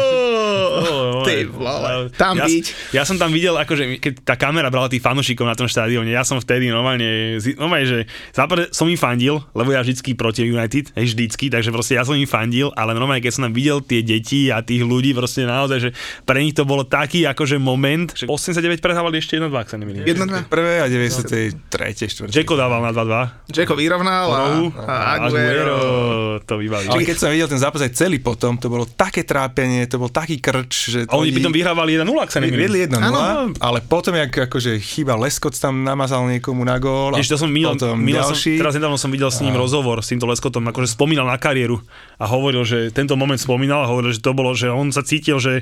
S2: Ty vole, tam byť.
S3: Ja som tam videl, akože keď tá kamera brala tých fanúšikov na tom štádione, ja som vtedy normálne, že západe som im fandil, lebo ja vždycky proti United, vždycky, takže proste ja som im fandil, ale normálne keď som tam videl tie deti a tých ľudí, proste naozaj, že pre nich to bolo taký akože moment, že 89 prehrávali ešte 1-2, ak sa nemýlim.
S4: 1-2. Prvé a 93. 4.
S3: Jacko dával na 2-2.
S2: Jacko vyrovnal a Aguero
S3: to vybalil.
S4: Ale keď som videl ten zápas aj celý potom, to bolo také trápenie, to bol taký krč, že
S3: a oni potom vyhrávali 1-0, ak sa nemýlim.
S4: Viedli 1-0, ale potom, jak akože chýba Lescott tam namazal niekomu na gól.
S3: Ešte to som teraz nedávno som videl s ním rozhovor s týmto Lescottom, akože spomínal na kariéru a hovoril, že tento moment spomínal a hovoril, že to bolo, že on sa cítil, že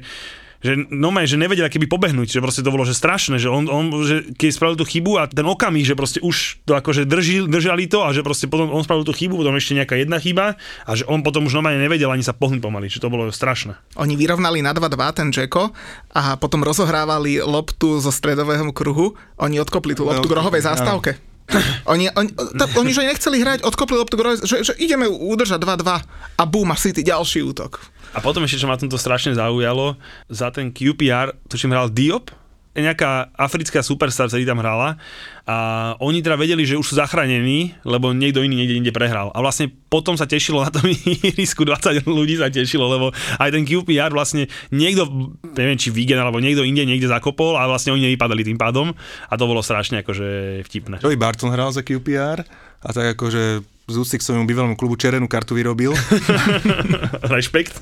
S3: že nevedel, keby pobehnúť, že proste to bolo že strašné, že on že keď spravil tú chybu a ten okamih, že proste už to akože držali to a že proste potom on spravil tú chybu, potom ešte nejaká jedna chyba a že on potom už normálne nevedel ani sa pohnúť pomaly, že to bolo strašné.
S2: Oni vyrovnali na 2-2 ten Jacko a potom rozohrávali loptu zo stredového kruhu, oni odkopli tú loptu k rohovej zástavke. Oni že nechceli hrať, odkopli loptu, že ideme udržať 2-2 a bum, a City ďalší útok.
S3: A potom ešte, čo ma tomto strašne zaujalo, za ten QPR, tuším hral Diop, nejaká africká superstar, ktorý tam hrala a oni teda vedeli, že už sú zachránení, lebo niekto iný niekde inde prehral. A vlastne potom sa tešilo na tom ihrisku, 20 ľudí sa tešilo, lebo aj ten QPR vlastne niekto, neviem či Wigan alebo niekto inde niekde zakopol a vlastne oni nevypadali tým pádom a to bolo strašne akože vtipné.
S4: Joey Barton hral za QPR a tak akože z úcty k svojmu bývalému klubu červenú kartu vyrobil.
S3: Rešpekt.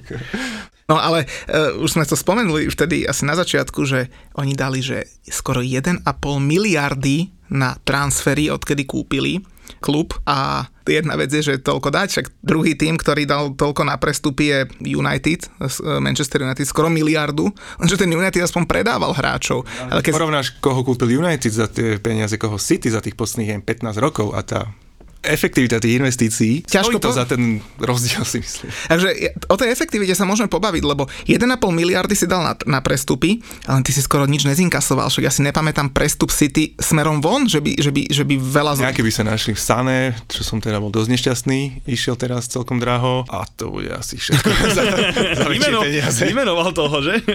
S2: No ale už sme to spomenuli vtedy asi na začiatku, že oni dali, že skoro 1,5 miliardy na transfery, odkedy kúpili klub a jedna vec je, že toľko dať, však druhý tým, ktorý dal toľko na prestupy je United, Manchester United, skoro miliardu, lenže ten United aspoň predával hráčov.
S4: Ale keď porovnáš, koho kúpil United za tie peniaze, koho City za tých posledných 15 rokov a tá efektivita tých investícií, stojí to za ten rozdiel, si myslím.
S2: Takže o tej efektivite sa môžeme pobaviť, lebo 1,5 miliardy si dal na prestupy, ale ty si skoro nič nezinkasoval, však ja si nepamätám prestup City smerom von, že by veľa...
S4: Nejaké by sa našli v Sané, čo som teda bol dosť nešťastný, išiel teraz celkom draho a to bude asi všetko za väčšie peniaze.
S3: Vymenoval toho, že?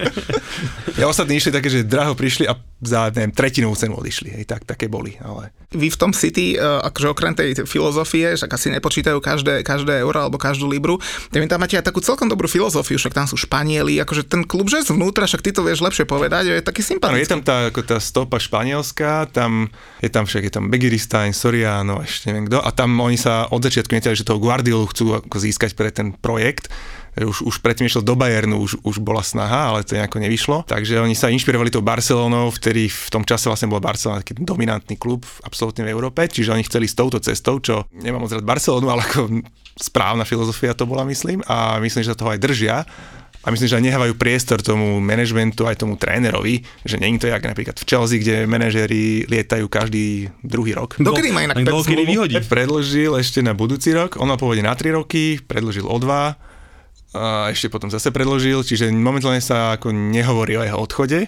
S4: Ja ostatní išli také, že draho prišli a za, neviem, tretinovú cenu odišli, hej, také boli, ale...
S2: Vy v tom City, akože okrem tej filozofie, však asi nepočítajú každé euro alebo každú libru, vy tam máte aj takú celkom dobrú filozofiu, však tam sú Španieli, akože ten klub, že zvnútra, však ty to vieš lepšie povedať, je taký sympatický.
S4: No, je tam tá stopa španielská, je tam Begiristain, Soriano, ešte neviem kto, a tam oni sa od začiatku netiali, že toho Guardiolu chcú ako získať pre ten projekt. Už predtým išiel do Bayernu, už bola snaha, ale to nejako nevyšlo. Takže oni sa inšpirovali tou Barcelonou, vtedy v tom čase vlastne bola Barcelona taký dominantný klub absolútne v Európe, čiže oni chceli s touto cestou, čo nemám moc rád Barcelonu, ale ako správna filozofia to bola, myslím, a myslím, že sa toho aj držia. A myslím, že aj nehávajú priestor tomu manažmentu, aj tomu trénerovi, že nie je to jak napríklad v Chelsea, kde manažéri lietajú každý druhý rok.
S2: Dokedy má inak
S3: Dokedy vyhodí?
S4: Predložil ešte na budúci rok, on mal pôvodne na 3 roky, predložil o 2, a ešte potom zase predložil, čiže momentálne sa ako nehovorí o jeho odchode.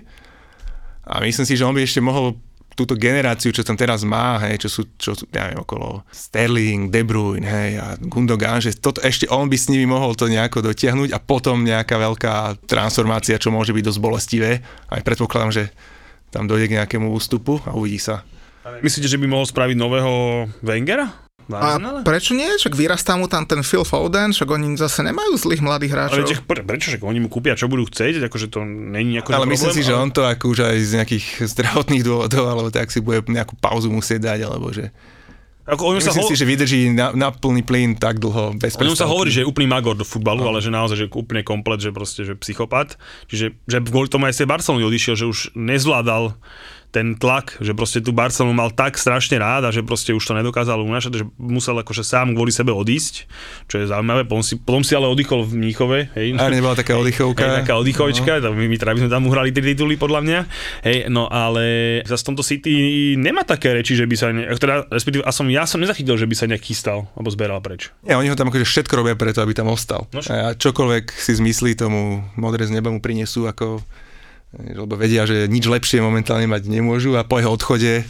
S4: A myslím si, že on by ešte mohol túto generáciu, čo tam teraz má, hej, čo sú, ja neviem, okolo Sterling, De Bruyne, hej, a Gundogan, že toto ešte on by s nimi mohol to nejako dotiahnuť a potom nejaká veľká transformácia, čo môže byť dosť bolestivé. Aj predpokladám, že tam dojde k nejakému ústupu a uvidí sa.
S3: Myslíte, že by mohol spraviť nového Wengera?
S2: A prečo nie? Však vyrastá mu tam ten Phil Foden, však oni zase nemajú zlých mladých hráčov.
S3: Ale prečo? Však oni mu kúpia, čo budú chcieť, akože to není ako
S4: ale
S3: problém.
S4: myslím si, že on to ako už aj z nejakých zdravotných dôvodov, alebo tak si bude nejakú pauzu musieť dať, alebo že... Myslím si, že vydrží na plný plyn tak dlho bez prestávky.
S3: O ňom sa hovorí, že je úplný magor do futbalu, ale že naozaj, že úplne komplet, že proste, že psychopat. Čiže že kvôli tomu aj z tej Barcelony odišiel, že už nezvládal ten tlak, že proste tú Barcelonu mal tak strašne rád a že proste už to nedokázal unášať, že musel akože sám kvôli sebe odísť, čo je zaujímavé. Potom si ale oddychol v Mníchove. Hej.
S4: A nebola taká oddychovka.
S3: Taká oddychovička, no. My by sme tam uhrali 3 tituly podľa mňa. Hej, no ale zase v tomto City nemá také reči, že by sa, respektíve ja som nezachytil, že by sa nejak chystal alebo zberal preč.
S4: Nie, oni ho tam akože všetko robia preto, aby tam ostal. No, a čokoľvek si zmyslí, tomu modré z neba mu prinesú ako... lebo vedia, že nič lepšie momentálne mať nemôžu a po jeho odchode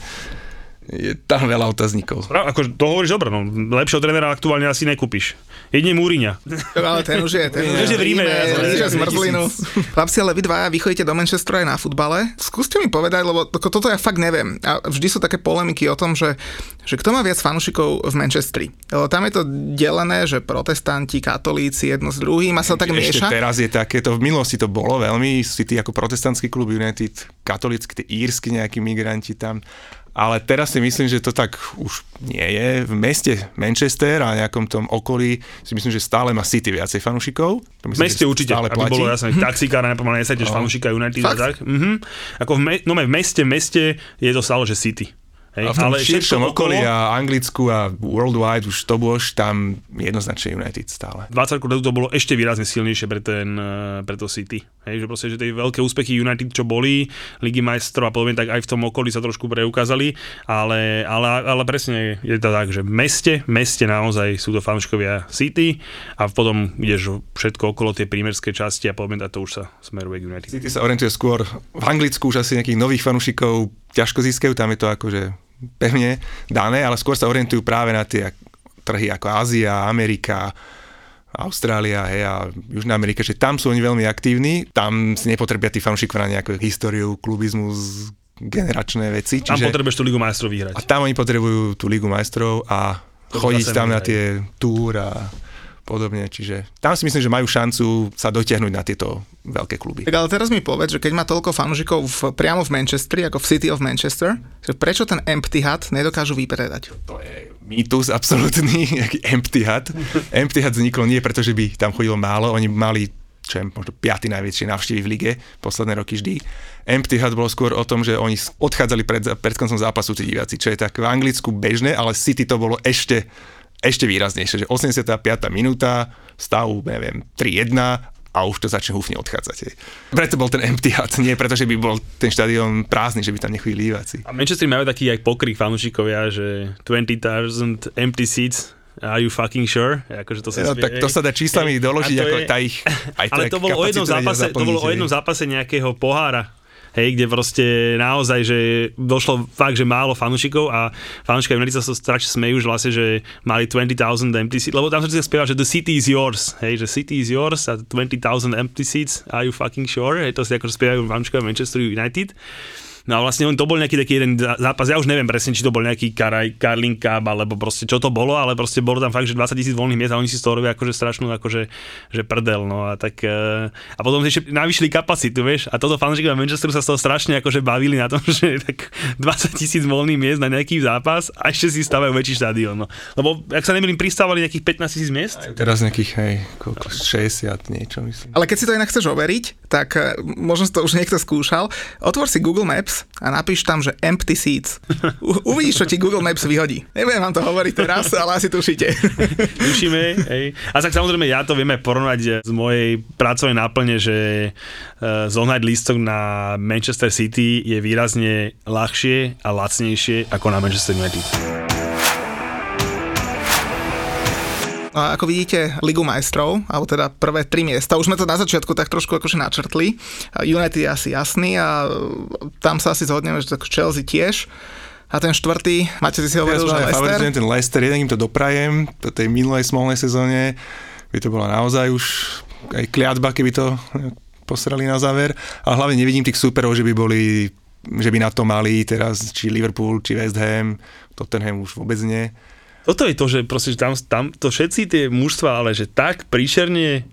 S4: je tam veľa otáznikov.
S3: Akože to hovoríš dobre, no lepšieho trénera aktuálne asi nekúpiš. Jedine Múriňa.
S2: Ale ten už je
S3: v Ríme.
S2: Líže zmrzlinu. Chlapci, ale vy dvaja vychodíte do Manchesteru aj na futbale. Skúste mi povedať, lebo toto ja fakt neviem. A vždy sú také polemiky o tom, že kto má viac fanúšikov v Manchesteri. Lebo tam je to delené, že protestanti, katolíci, jedno s druhým a sa tak mieša.
S4: Ešte teraz je takéto, v minulosti to bolo veľmi, City ako protestantský klub, United, katolícky, tí írsky nejakí migranti tam. Ale teraz si myslím, že to tak už nie je. V meste Manchester a nejakom tom okolí si myslím, že stále má City viacej fanúšikov.
S3: V meste určite, aby bolo jasné, taxikára nepomáha nesadneš fanúšika United a tak. Ako v meste je to stále, že City. Hej,
S4: a v tom širšom okolí a Anglicku a worldwide už to bož tam jednoznačne United stále.
S3: 20 rokov to bolo ešte výrazne silnejšie pre to City. Hej, že proste, že tie veľké úspechy United, čo boli, Ligy majstrov a podobne, tak aj v tom okolí sa trošku preukázali, ale presne je to tak, že v meste naozaj sú to fanúškovia City a potom ideš všetko okolo tie prímerské časti a podobne, a to už sa smeruje k United.
S4: City sa orientuje skôr v Anglicku, už asi nejakých nových fanúšikov ťažko získajú, tam je to akože pevne dané, ale skôr sa orientujú práve na tie trhy ako Ázia, Amerika, Austrália, hej, a Južná Amerika, že tam sú oni veľmi aktívni, tam si nepotrebia tí fanúšikovia na nejakú históriu, klubizmus, generačné veci.
S3: Tam potrebuješ tú Ligu majstrov vyhrať.
S4: A tam oni potrebujú tú Ligu majstrov a chodiť tam na tie túr a podobne, čiže tam si myslím, že majú šancu sa dotiahnuť na tieto veľké kluby.
S2: Tak ale teraz mi povedz, že keď má toľko fanúšikov priamo v Manchesteri, ako v City of Manchester, že prečo ten Empty Hut nedokážu vypredať?
S4: To je mýtus absolútny, nejaký Empty Hut. Empty Hut vzniklo nie preto, že by tam chodilo málo, oni mali možno 5. najväčšie návštevy v lige, posledné roky vždy. Empty Hut bolo skôr o tom, že oni odchádzali pred koncom zápasu tí diváci, čo je tak v Anglicku bežné, ale City to bolo ešte výraznejšie, že 85. minúta, stav, neviem, 3-1 a už to začne húfne odchádzať. Preto bol ten Empty Hut, nie preto, že by bol ten štadión prázdny, že by tam nechodili diváci.
S3: A Manchester majú taký aj pokrik fanúšikovia, že 20,000 empty seats. Are you fucking sure? Akože to sa
S4: tak to sa dá číslami doložiť, ako tá ich aj
S3: ale to bolo o jednom zápase nejakého pohára. Hej, kde proste naozaj, že došlo fakt, že málo fanúšikov a fanúšikovia United sa strašne smejú, že vlastne, že mali 20,000 empty seats, lebo tam sa vždy spieva, že the city is yours, hej, že city is yours a 20,000 empty seats, are you fucking sure? Hej, to si akože spievajú fanúšikovia Manchester United. No a vlastne to bol nejaký taký jeden zápas, ja už neviem presne, či to bol nejaký Carling Cup, alebo proste čo to bolo, ale proste bolo tam fakt, že 20,000 voľných miest a oni si z toho robia akože strašnú akože, že prdel, no a tak a potom ešte navýšili kapacitu, vieš, a toto fanúšikovia Manchesteru sa z toho strašne akože bavili na tom, že tak 20,000 voľných miest na nejaký zápas a ešte si stavajú väčší štadión, no. Lebo ak sa nemýlim, pristávali nejakých 15,000 miest.
S4: Teraz nejakých, 60 niečo, myslím.
S2: Ale keď si to inak chceš overiť, tak možno to už niekto skúšal. Otvor si Google Maps a napíš tam, že empty seats. Uvidíš, čo ti Google Maps vyhodí. Nebudem vám to hovoriť teraz, ale asi tušíte.
S3: Tušíme, hej. A tak samozrejme ja to vieme porovnať z mojej pracovnej náplne, že zohnať lístok na Manchester City je výrazne ľahšie a lacnejšie ako na Manchester United.
S2: A ako vidíte, Ligu majstrov, alebo teda prvé 3 miesta, už sme to na začiatku tak trošku akože načrtli. United je asi jasný a tam sa asi zhodneme, že tak Chelsea tiež. A ten štvrtý, Máte, ty si hovoril, že Leicester?
S4: Favorizujem ten Leicester, jeden im to doprajem, do tej minulej smolnej sezóne by to bola naozaj už aj kliatba, keby to posrali na záver. A hlavne nevidím tých súperov, že by na to mali teraz, či Liverpool, či West Ham, Tottenham už vôbec nie.
S3: Toto je to, že proste, že tam to všetci tie mužstva, ale že tak príšerne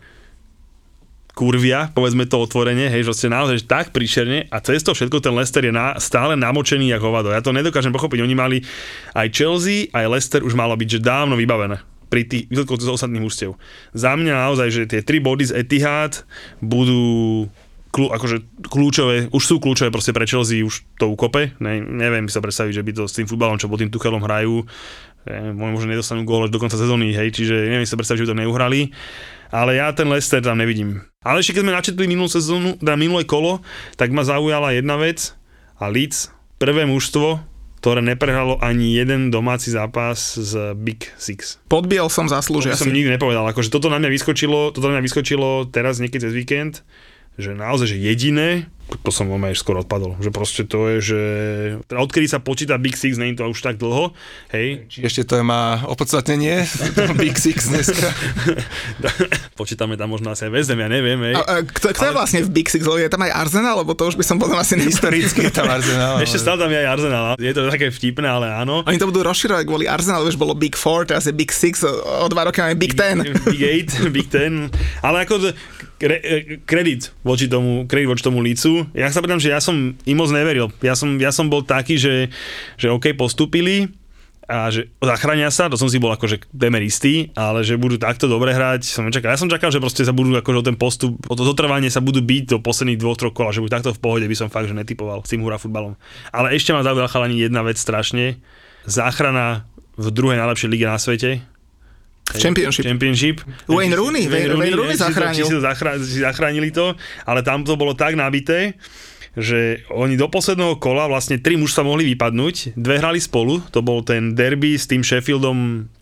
S3: kurvia, povedzme to otvorene, hej, že naozaj že tak príšerne a cez to všetko ten Leicester je stále namočený jak hovado. Ja to nedokážem pochopiť, oni mali aj Chelsea, aj Leicester už malo byť, že dávno vybavené pri tých výsledkoch z ostatných mužstiev. Za mňa naozaj, že tie 3 body z Etihad budú akože kľúčové, už sú kľúčové proste pre Chelsea, už to ukope. Neviem si sa predstaviť, že by to s tým futbalom, čo pod tým Tuchelom hrajú, možno nedostanú gól až do konca sezóny, hej, čiže neviem si sa predstaviť, že by to neuhrali. Ale ja ten Leicester tam nevidím. Ale ešte keď sme načetli minulú sezónu, minulé kolo, tak ma zaujala jedna vec a Leeds, prvé mužstvo, ktoré neprehralo ani jeden domáci zápas z Big Six.
S2: Podbiel som zaslúžia.
S3: To som nikdy nepovedal, akože toto na mňa vyskočilo teraz niekedy cez víkend, že naozaj, že jediné, to som veľmi až skoro odpadol, že proste to je, že odkedy sa počíta Big Six, nie je to už tak dlho, hej.
S4: Či ešte to má opodstatnenie, Big Six dneska.
S3: Počítame tam možno asi aj West Ham, ja neviem, hej.
S2: A kto je vlastne v Big Six? Je tam aj Arsenal, lebo to už by som potom asi
S4: historicky je tam Arsenal.
S3: Ešte stále tam je aj Arsenal, je to také vtipné, ale áno.
S2: Oni to budú rozširovať kvôli Arsenal, vieš, bolo Big Four, teraz je Big Six, o 2 roky máme Big Ten.
S3: Big Eight, Big Ten, ale ako kredit voči tomu Leedsu. Ja sa pýtam, že ja som im moc neveril. Ja som bol taký, že OK, postúpili a že zachránia sa, to som si bol akože témer istý, ale že budú takto dobre hrať, som nečakal. Ja som čakal, že proste sa budú akože o ten postup, o to zotrvanie sa budú byť do posledných 2-3 kol a že budú takto v pohode, by som fakt, že netypoval s tým hurá futbalom. Ale ešte ma zaujala chalani jedna vec strašne. Záchrana v druhej najlepšej lige na svete.
S2: Championship. Wayne Rooney zachránil.
S3: Zachránili to, ale tam to bolo tak nabité, že oni do posledného kola vlastne 3 mužstva mohli vypadnúť, 2 hrali spolu, to bol ten derby s tým Sheffield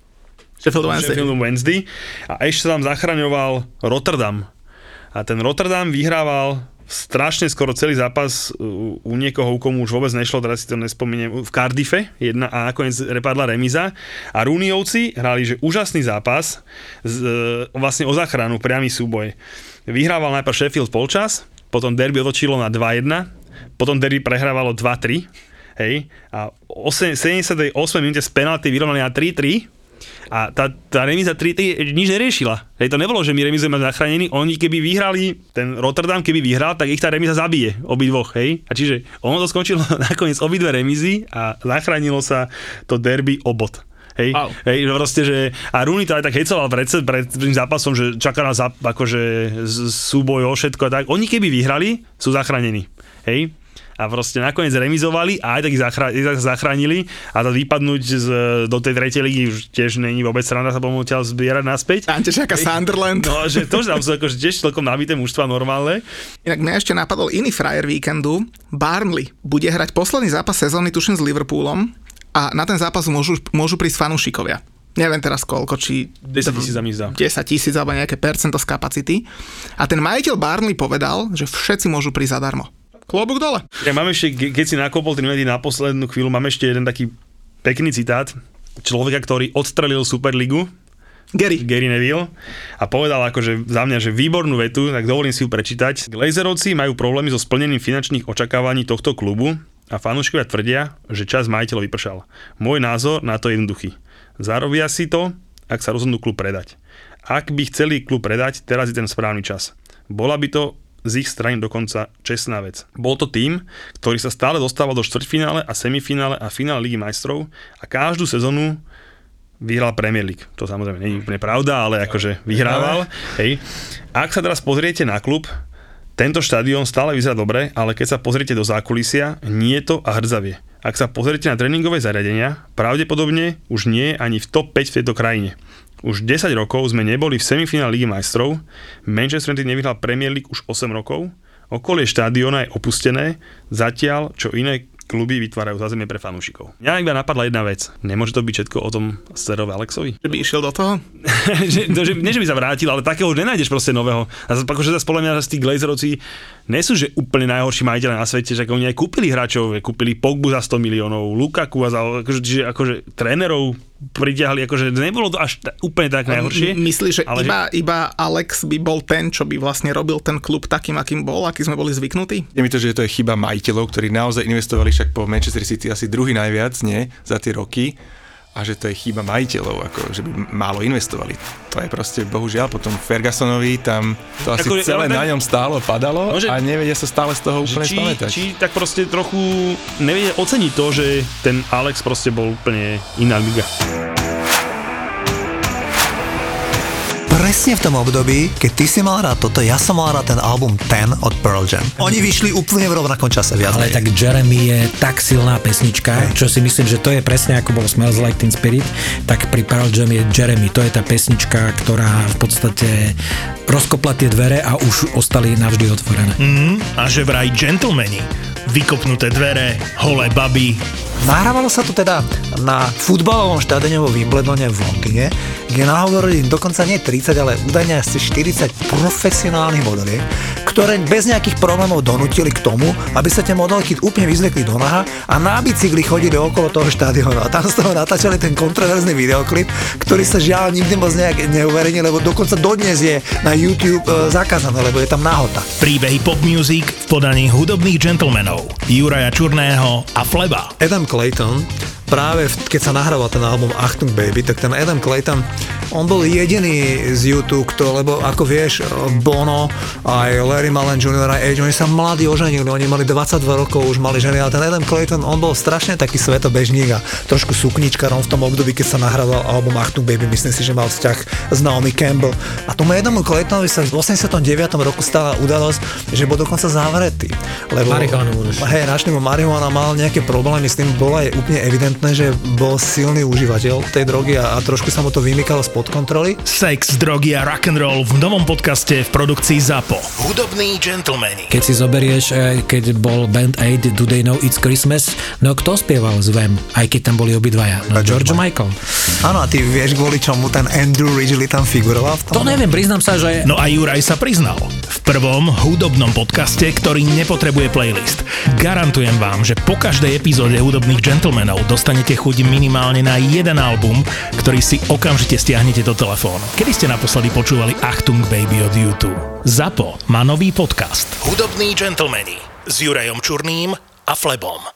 S3: Wednesday a ešte sa tam zachraňoval Rotterdam. A ten Rotterdam vyhrával strašne skoro celý zápas u niekoho, u komu už vôbec nešlo, teraz si to nespomeniem, v Cardiffe 1 a nakoniec padla remíza a Rooneyovci hrali, že úžasný zápas vlastne o záchranu, priamy súboj. Vyhrával najprv Sheffield polčas, potom derby otočilo na 2-1, potom derby prehrávalo 2-3, hej, a 78 minúte z penalty vyrovnali na 3-3 a tá remíza 3-3 nič neriešila. Hej, to nebolo, že my remizujeme zachránení, oni keby vyhrali, ten Rotterdam keby vyhral, tak ich tá remíza zabije, obidvoch, hej. A čiže ono to skončilo nakoniec obidve remízy a zachránilo sa to derby o bod. Hej, wow. Hej, proste, že a Rooney to aj tak hecoval pred tým zápasom, že čaká na akože súboj o všetko a tak. Oni keby vyhrali, sú zachránení. Hej. A proste nakoniec remizovali a aj tak ich zachránili a to vypadnúť do tej tretej ligy už tiež není vôbec sranda sa pomôcť zbierať naspäť.
S2: Tam tiež aká Sunderland.
S3: No, že to, že tam sú akože tiež celkom nabité mužstva normálne.
S2: Inak mňa ešte napadol iný frajer víkendu. Barnley bude hrať posledný zápas sezóny, tuším, s Liverpoolom a na ten zápas môžu prísť fanúšikovia. Neviem teraz koľko, či
S3: 10 000 mi zdá.
S2: 10 000 alebo nejaké percento z kapacity. A ten majiteľ Barnley povedal, že všetci môžu prísť zadarmo. Klobúk dole.
S3: Ja mám ešte, keď si nakopol ten médií na poslednú chvíľu, mám ešte jeden taký pekný citát človeka, ktorý odstrelil Superligu. Gary Neville. A povedal akože za mňa, že výbornú vetu, tak dovolím si ju prečítať. Glazerovci majú problémy so splnením finančných očakávaní tohto klubu a fanúšikovia tvrdia, že čas majiteľov vypršal. Môj názor na to je jednoduchý. Zarobia si to, ak sa rozhodnú klub predať. Ak by chceli klub predať, teraz je ten správny čas. Bola by to z ich strany dokonca čestná vec. Bol to tím, ktorý sa stále dostával do štvrťfinále a semifinále a finále Ligy majstrov a každú sezónu vyhral Premier League. To samozrejme nie je úplne pravda, ale akože vyhrával. Hej. Ak sa teraz pozriete na klub, Tento štadión stále vyzerá dobre, ale keď sa pozriete do zákulisia, nie je to a hrdzavie. Ak sa pozriete na tréningové zariadenia, pravdepodobne už nie je ani v top 5 v tejto krajine. Už 10 rokov sme neboli v semifinále Ligy majstrov, Manchester United nevyhral Premier League už 8 rokov, okolie štádiona je opustené, zatiaľ čo iné kluby vytvárajú zázemie pre fanúšikov. Mňa iba napadla jedna vec. Nemôže to byť všetko o tom Serovi Alexovi?
S2: Že by išiel do toho?
S3: Nie, že by sa vrátil, ale takého už nenájdeš proste nového. A akože zase podľa mňa tí Glazerovci nie sú že úplne najhorší majiteľe na svete, že oni aj kúpili hráčov, kúpili Pogbu za 100 miliónov, Lukaku a za akože trénerov pritiahli, akože nebolo to až úplne tak najhoršie.
S2: Myslíš, že
S3: ale
S2: iba Alex by bol ten, čo by vlastne robil ten klub takým, akým bol, aký sme boli zvyknutí?
S4: Je mi to, že to je chyba majiteľov, ktorí naozaj investovali však po Manchester City asi druhý najviac, nie? Za tie roky. A že to je chyba majiteľov, ako, že by málo investovali. To je proste, bohužiaľ, potom Fergusonovi tam to asi ako, celé na ňom stálo, padalo a nevedia sa stále z toho úplne spamätať.
S3: Či tak proste trochu nevedia oceniť to, že ten Alex proste bol úplne iná liga.
S6: Presne v tom období, keď ty si mal rád toto, ja som mal rád ten album Ten od Pearl Jam. Oni vyšli úplne v rovnakom čase viac.
S7: Ale tak Jeremy je tak silná pesnička, čo si myslím, že to je presne ako bol Smells Like Teen Spirit, tak pri Pearl Jam je Jeremy. To je tá pesnička, ktorá v podstate rozkopla tie dvere a už ostali navždy otvorené.
S8: A že vraj gentlemani, vykopnuté dvere, holé baby.
S6: Nahrávalo sa to teda na futbalovom štadióne vo Wimbledone v Londýne, kde nahovorili dokonca nie 30, ale údajne asi 40 profesionálnych modeliek, ktoré bez nejakých problémov donútili k tomu, aby sa tie modelky úplne vyzvekli do naha a na bicykli chodili okolo toho štádionu. A tam z toho natáčali ten kontroverzný videoklip, ktorý sa žiaľ nikdy moc nejak neuverejnil, lebo dokonca dodnes je na YouTube zakázané, lebo je tam nahota.
S8: Príbehy pop music v podaní hudobných gentlemanov Juraja Čurného a Fleba.
S6: Adam Clayton, práve keď sa nahrával ten album Achtung Baby, tak ten Adam Clayton, on bol jediný z YouTube, lebo ako vieš, Bono, aj Larry Mullen Jr. aj Edge, oni sa mladí oženili, oni mali 22 rokov, už mali ženy, ale ten Adam Clayton, on bol strašne taký svetobežník a trošku sukničkarom v tom období, keď sa nahrával album Achtung Baby, myslím si, že mal vzťah s Naomi Campbell. A tomu Adamu Claytonovi sa v 89. roku stala udalosť, že bol dokonca zavretý. Lebo našli mu marihuana, mal nejaké problémy s tým, bola je úplne evidentné, že bol silný užívateľ tej drogy a trošku sa mu to vymykalo spod kontroly.
S8: Sex, drogy a rock'n'roll v novom podcaste v produkcii ZAPO. Hudobní gentlemani.
S7: Keď si zoberieš, keď bol Band Aid Do They Know It's Christmas, no kto spieval z Wham, aj keď tam boli obidvaja? No George Michael.
S6: Áno, a ty vieš, kvôli čomu ten Andrew Ridgeley tam figuroval v tom?
S7: To neviem, priznám sa, že...
S8: No a Juraj sa priznal. V prvom hudobnom podcaste, ktorý nepotrebuje playlist. Garantujem vám, že po každej epizóde hudobných gentlemanov dostanete chuť minimálne na jeden album, ktorý si okamžite stiahnete do telefónu. Kedy ste naposledy počúvali Achtung Baby od YouTube? ZAPO má nový podcast. Hudobní gentlemani s Jurajom Čurným a Flebom.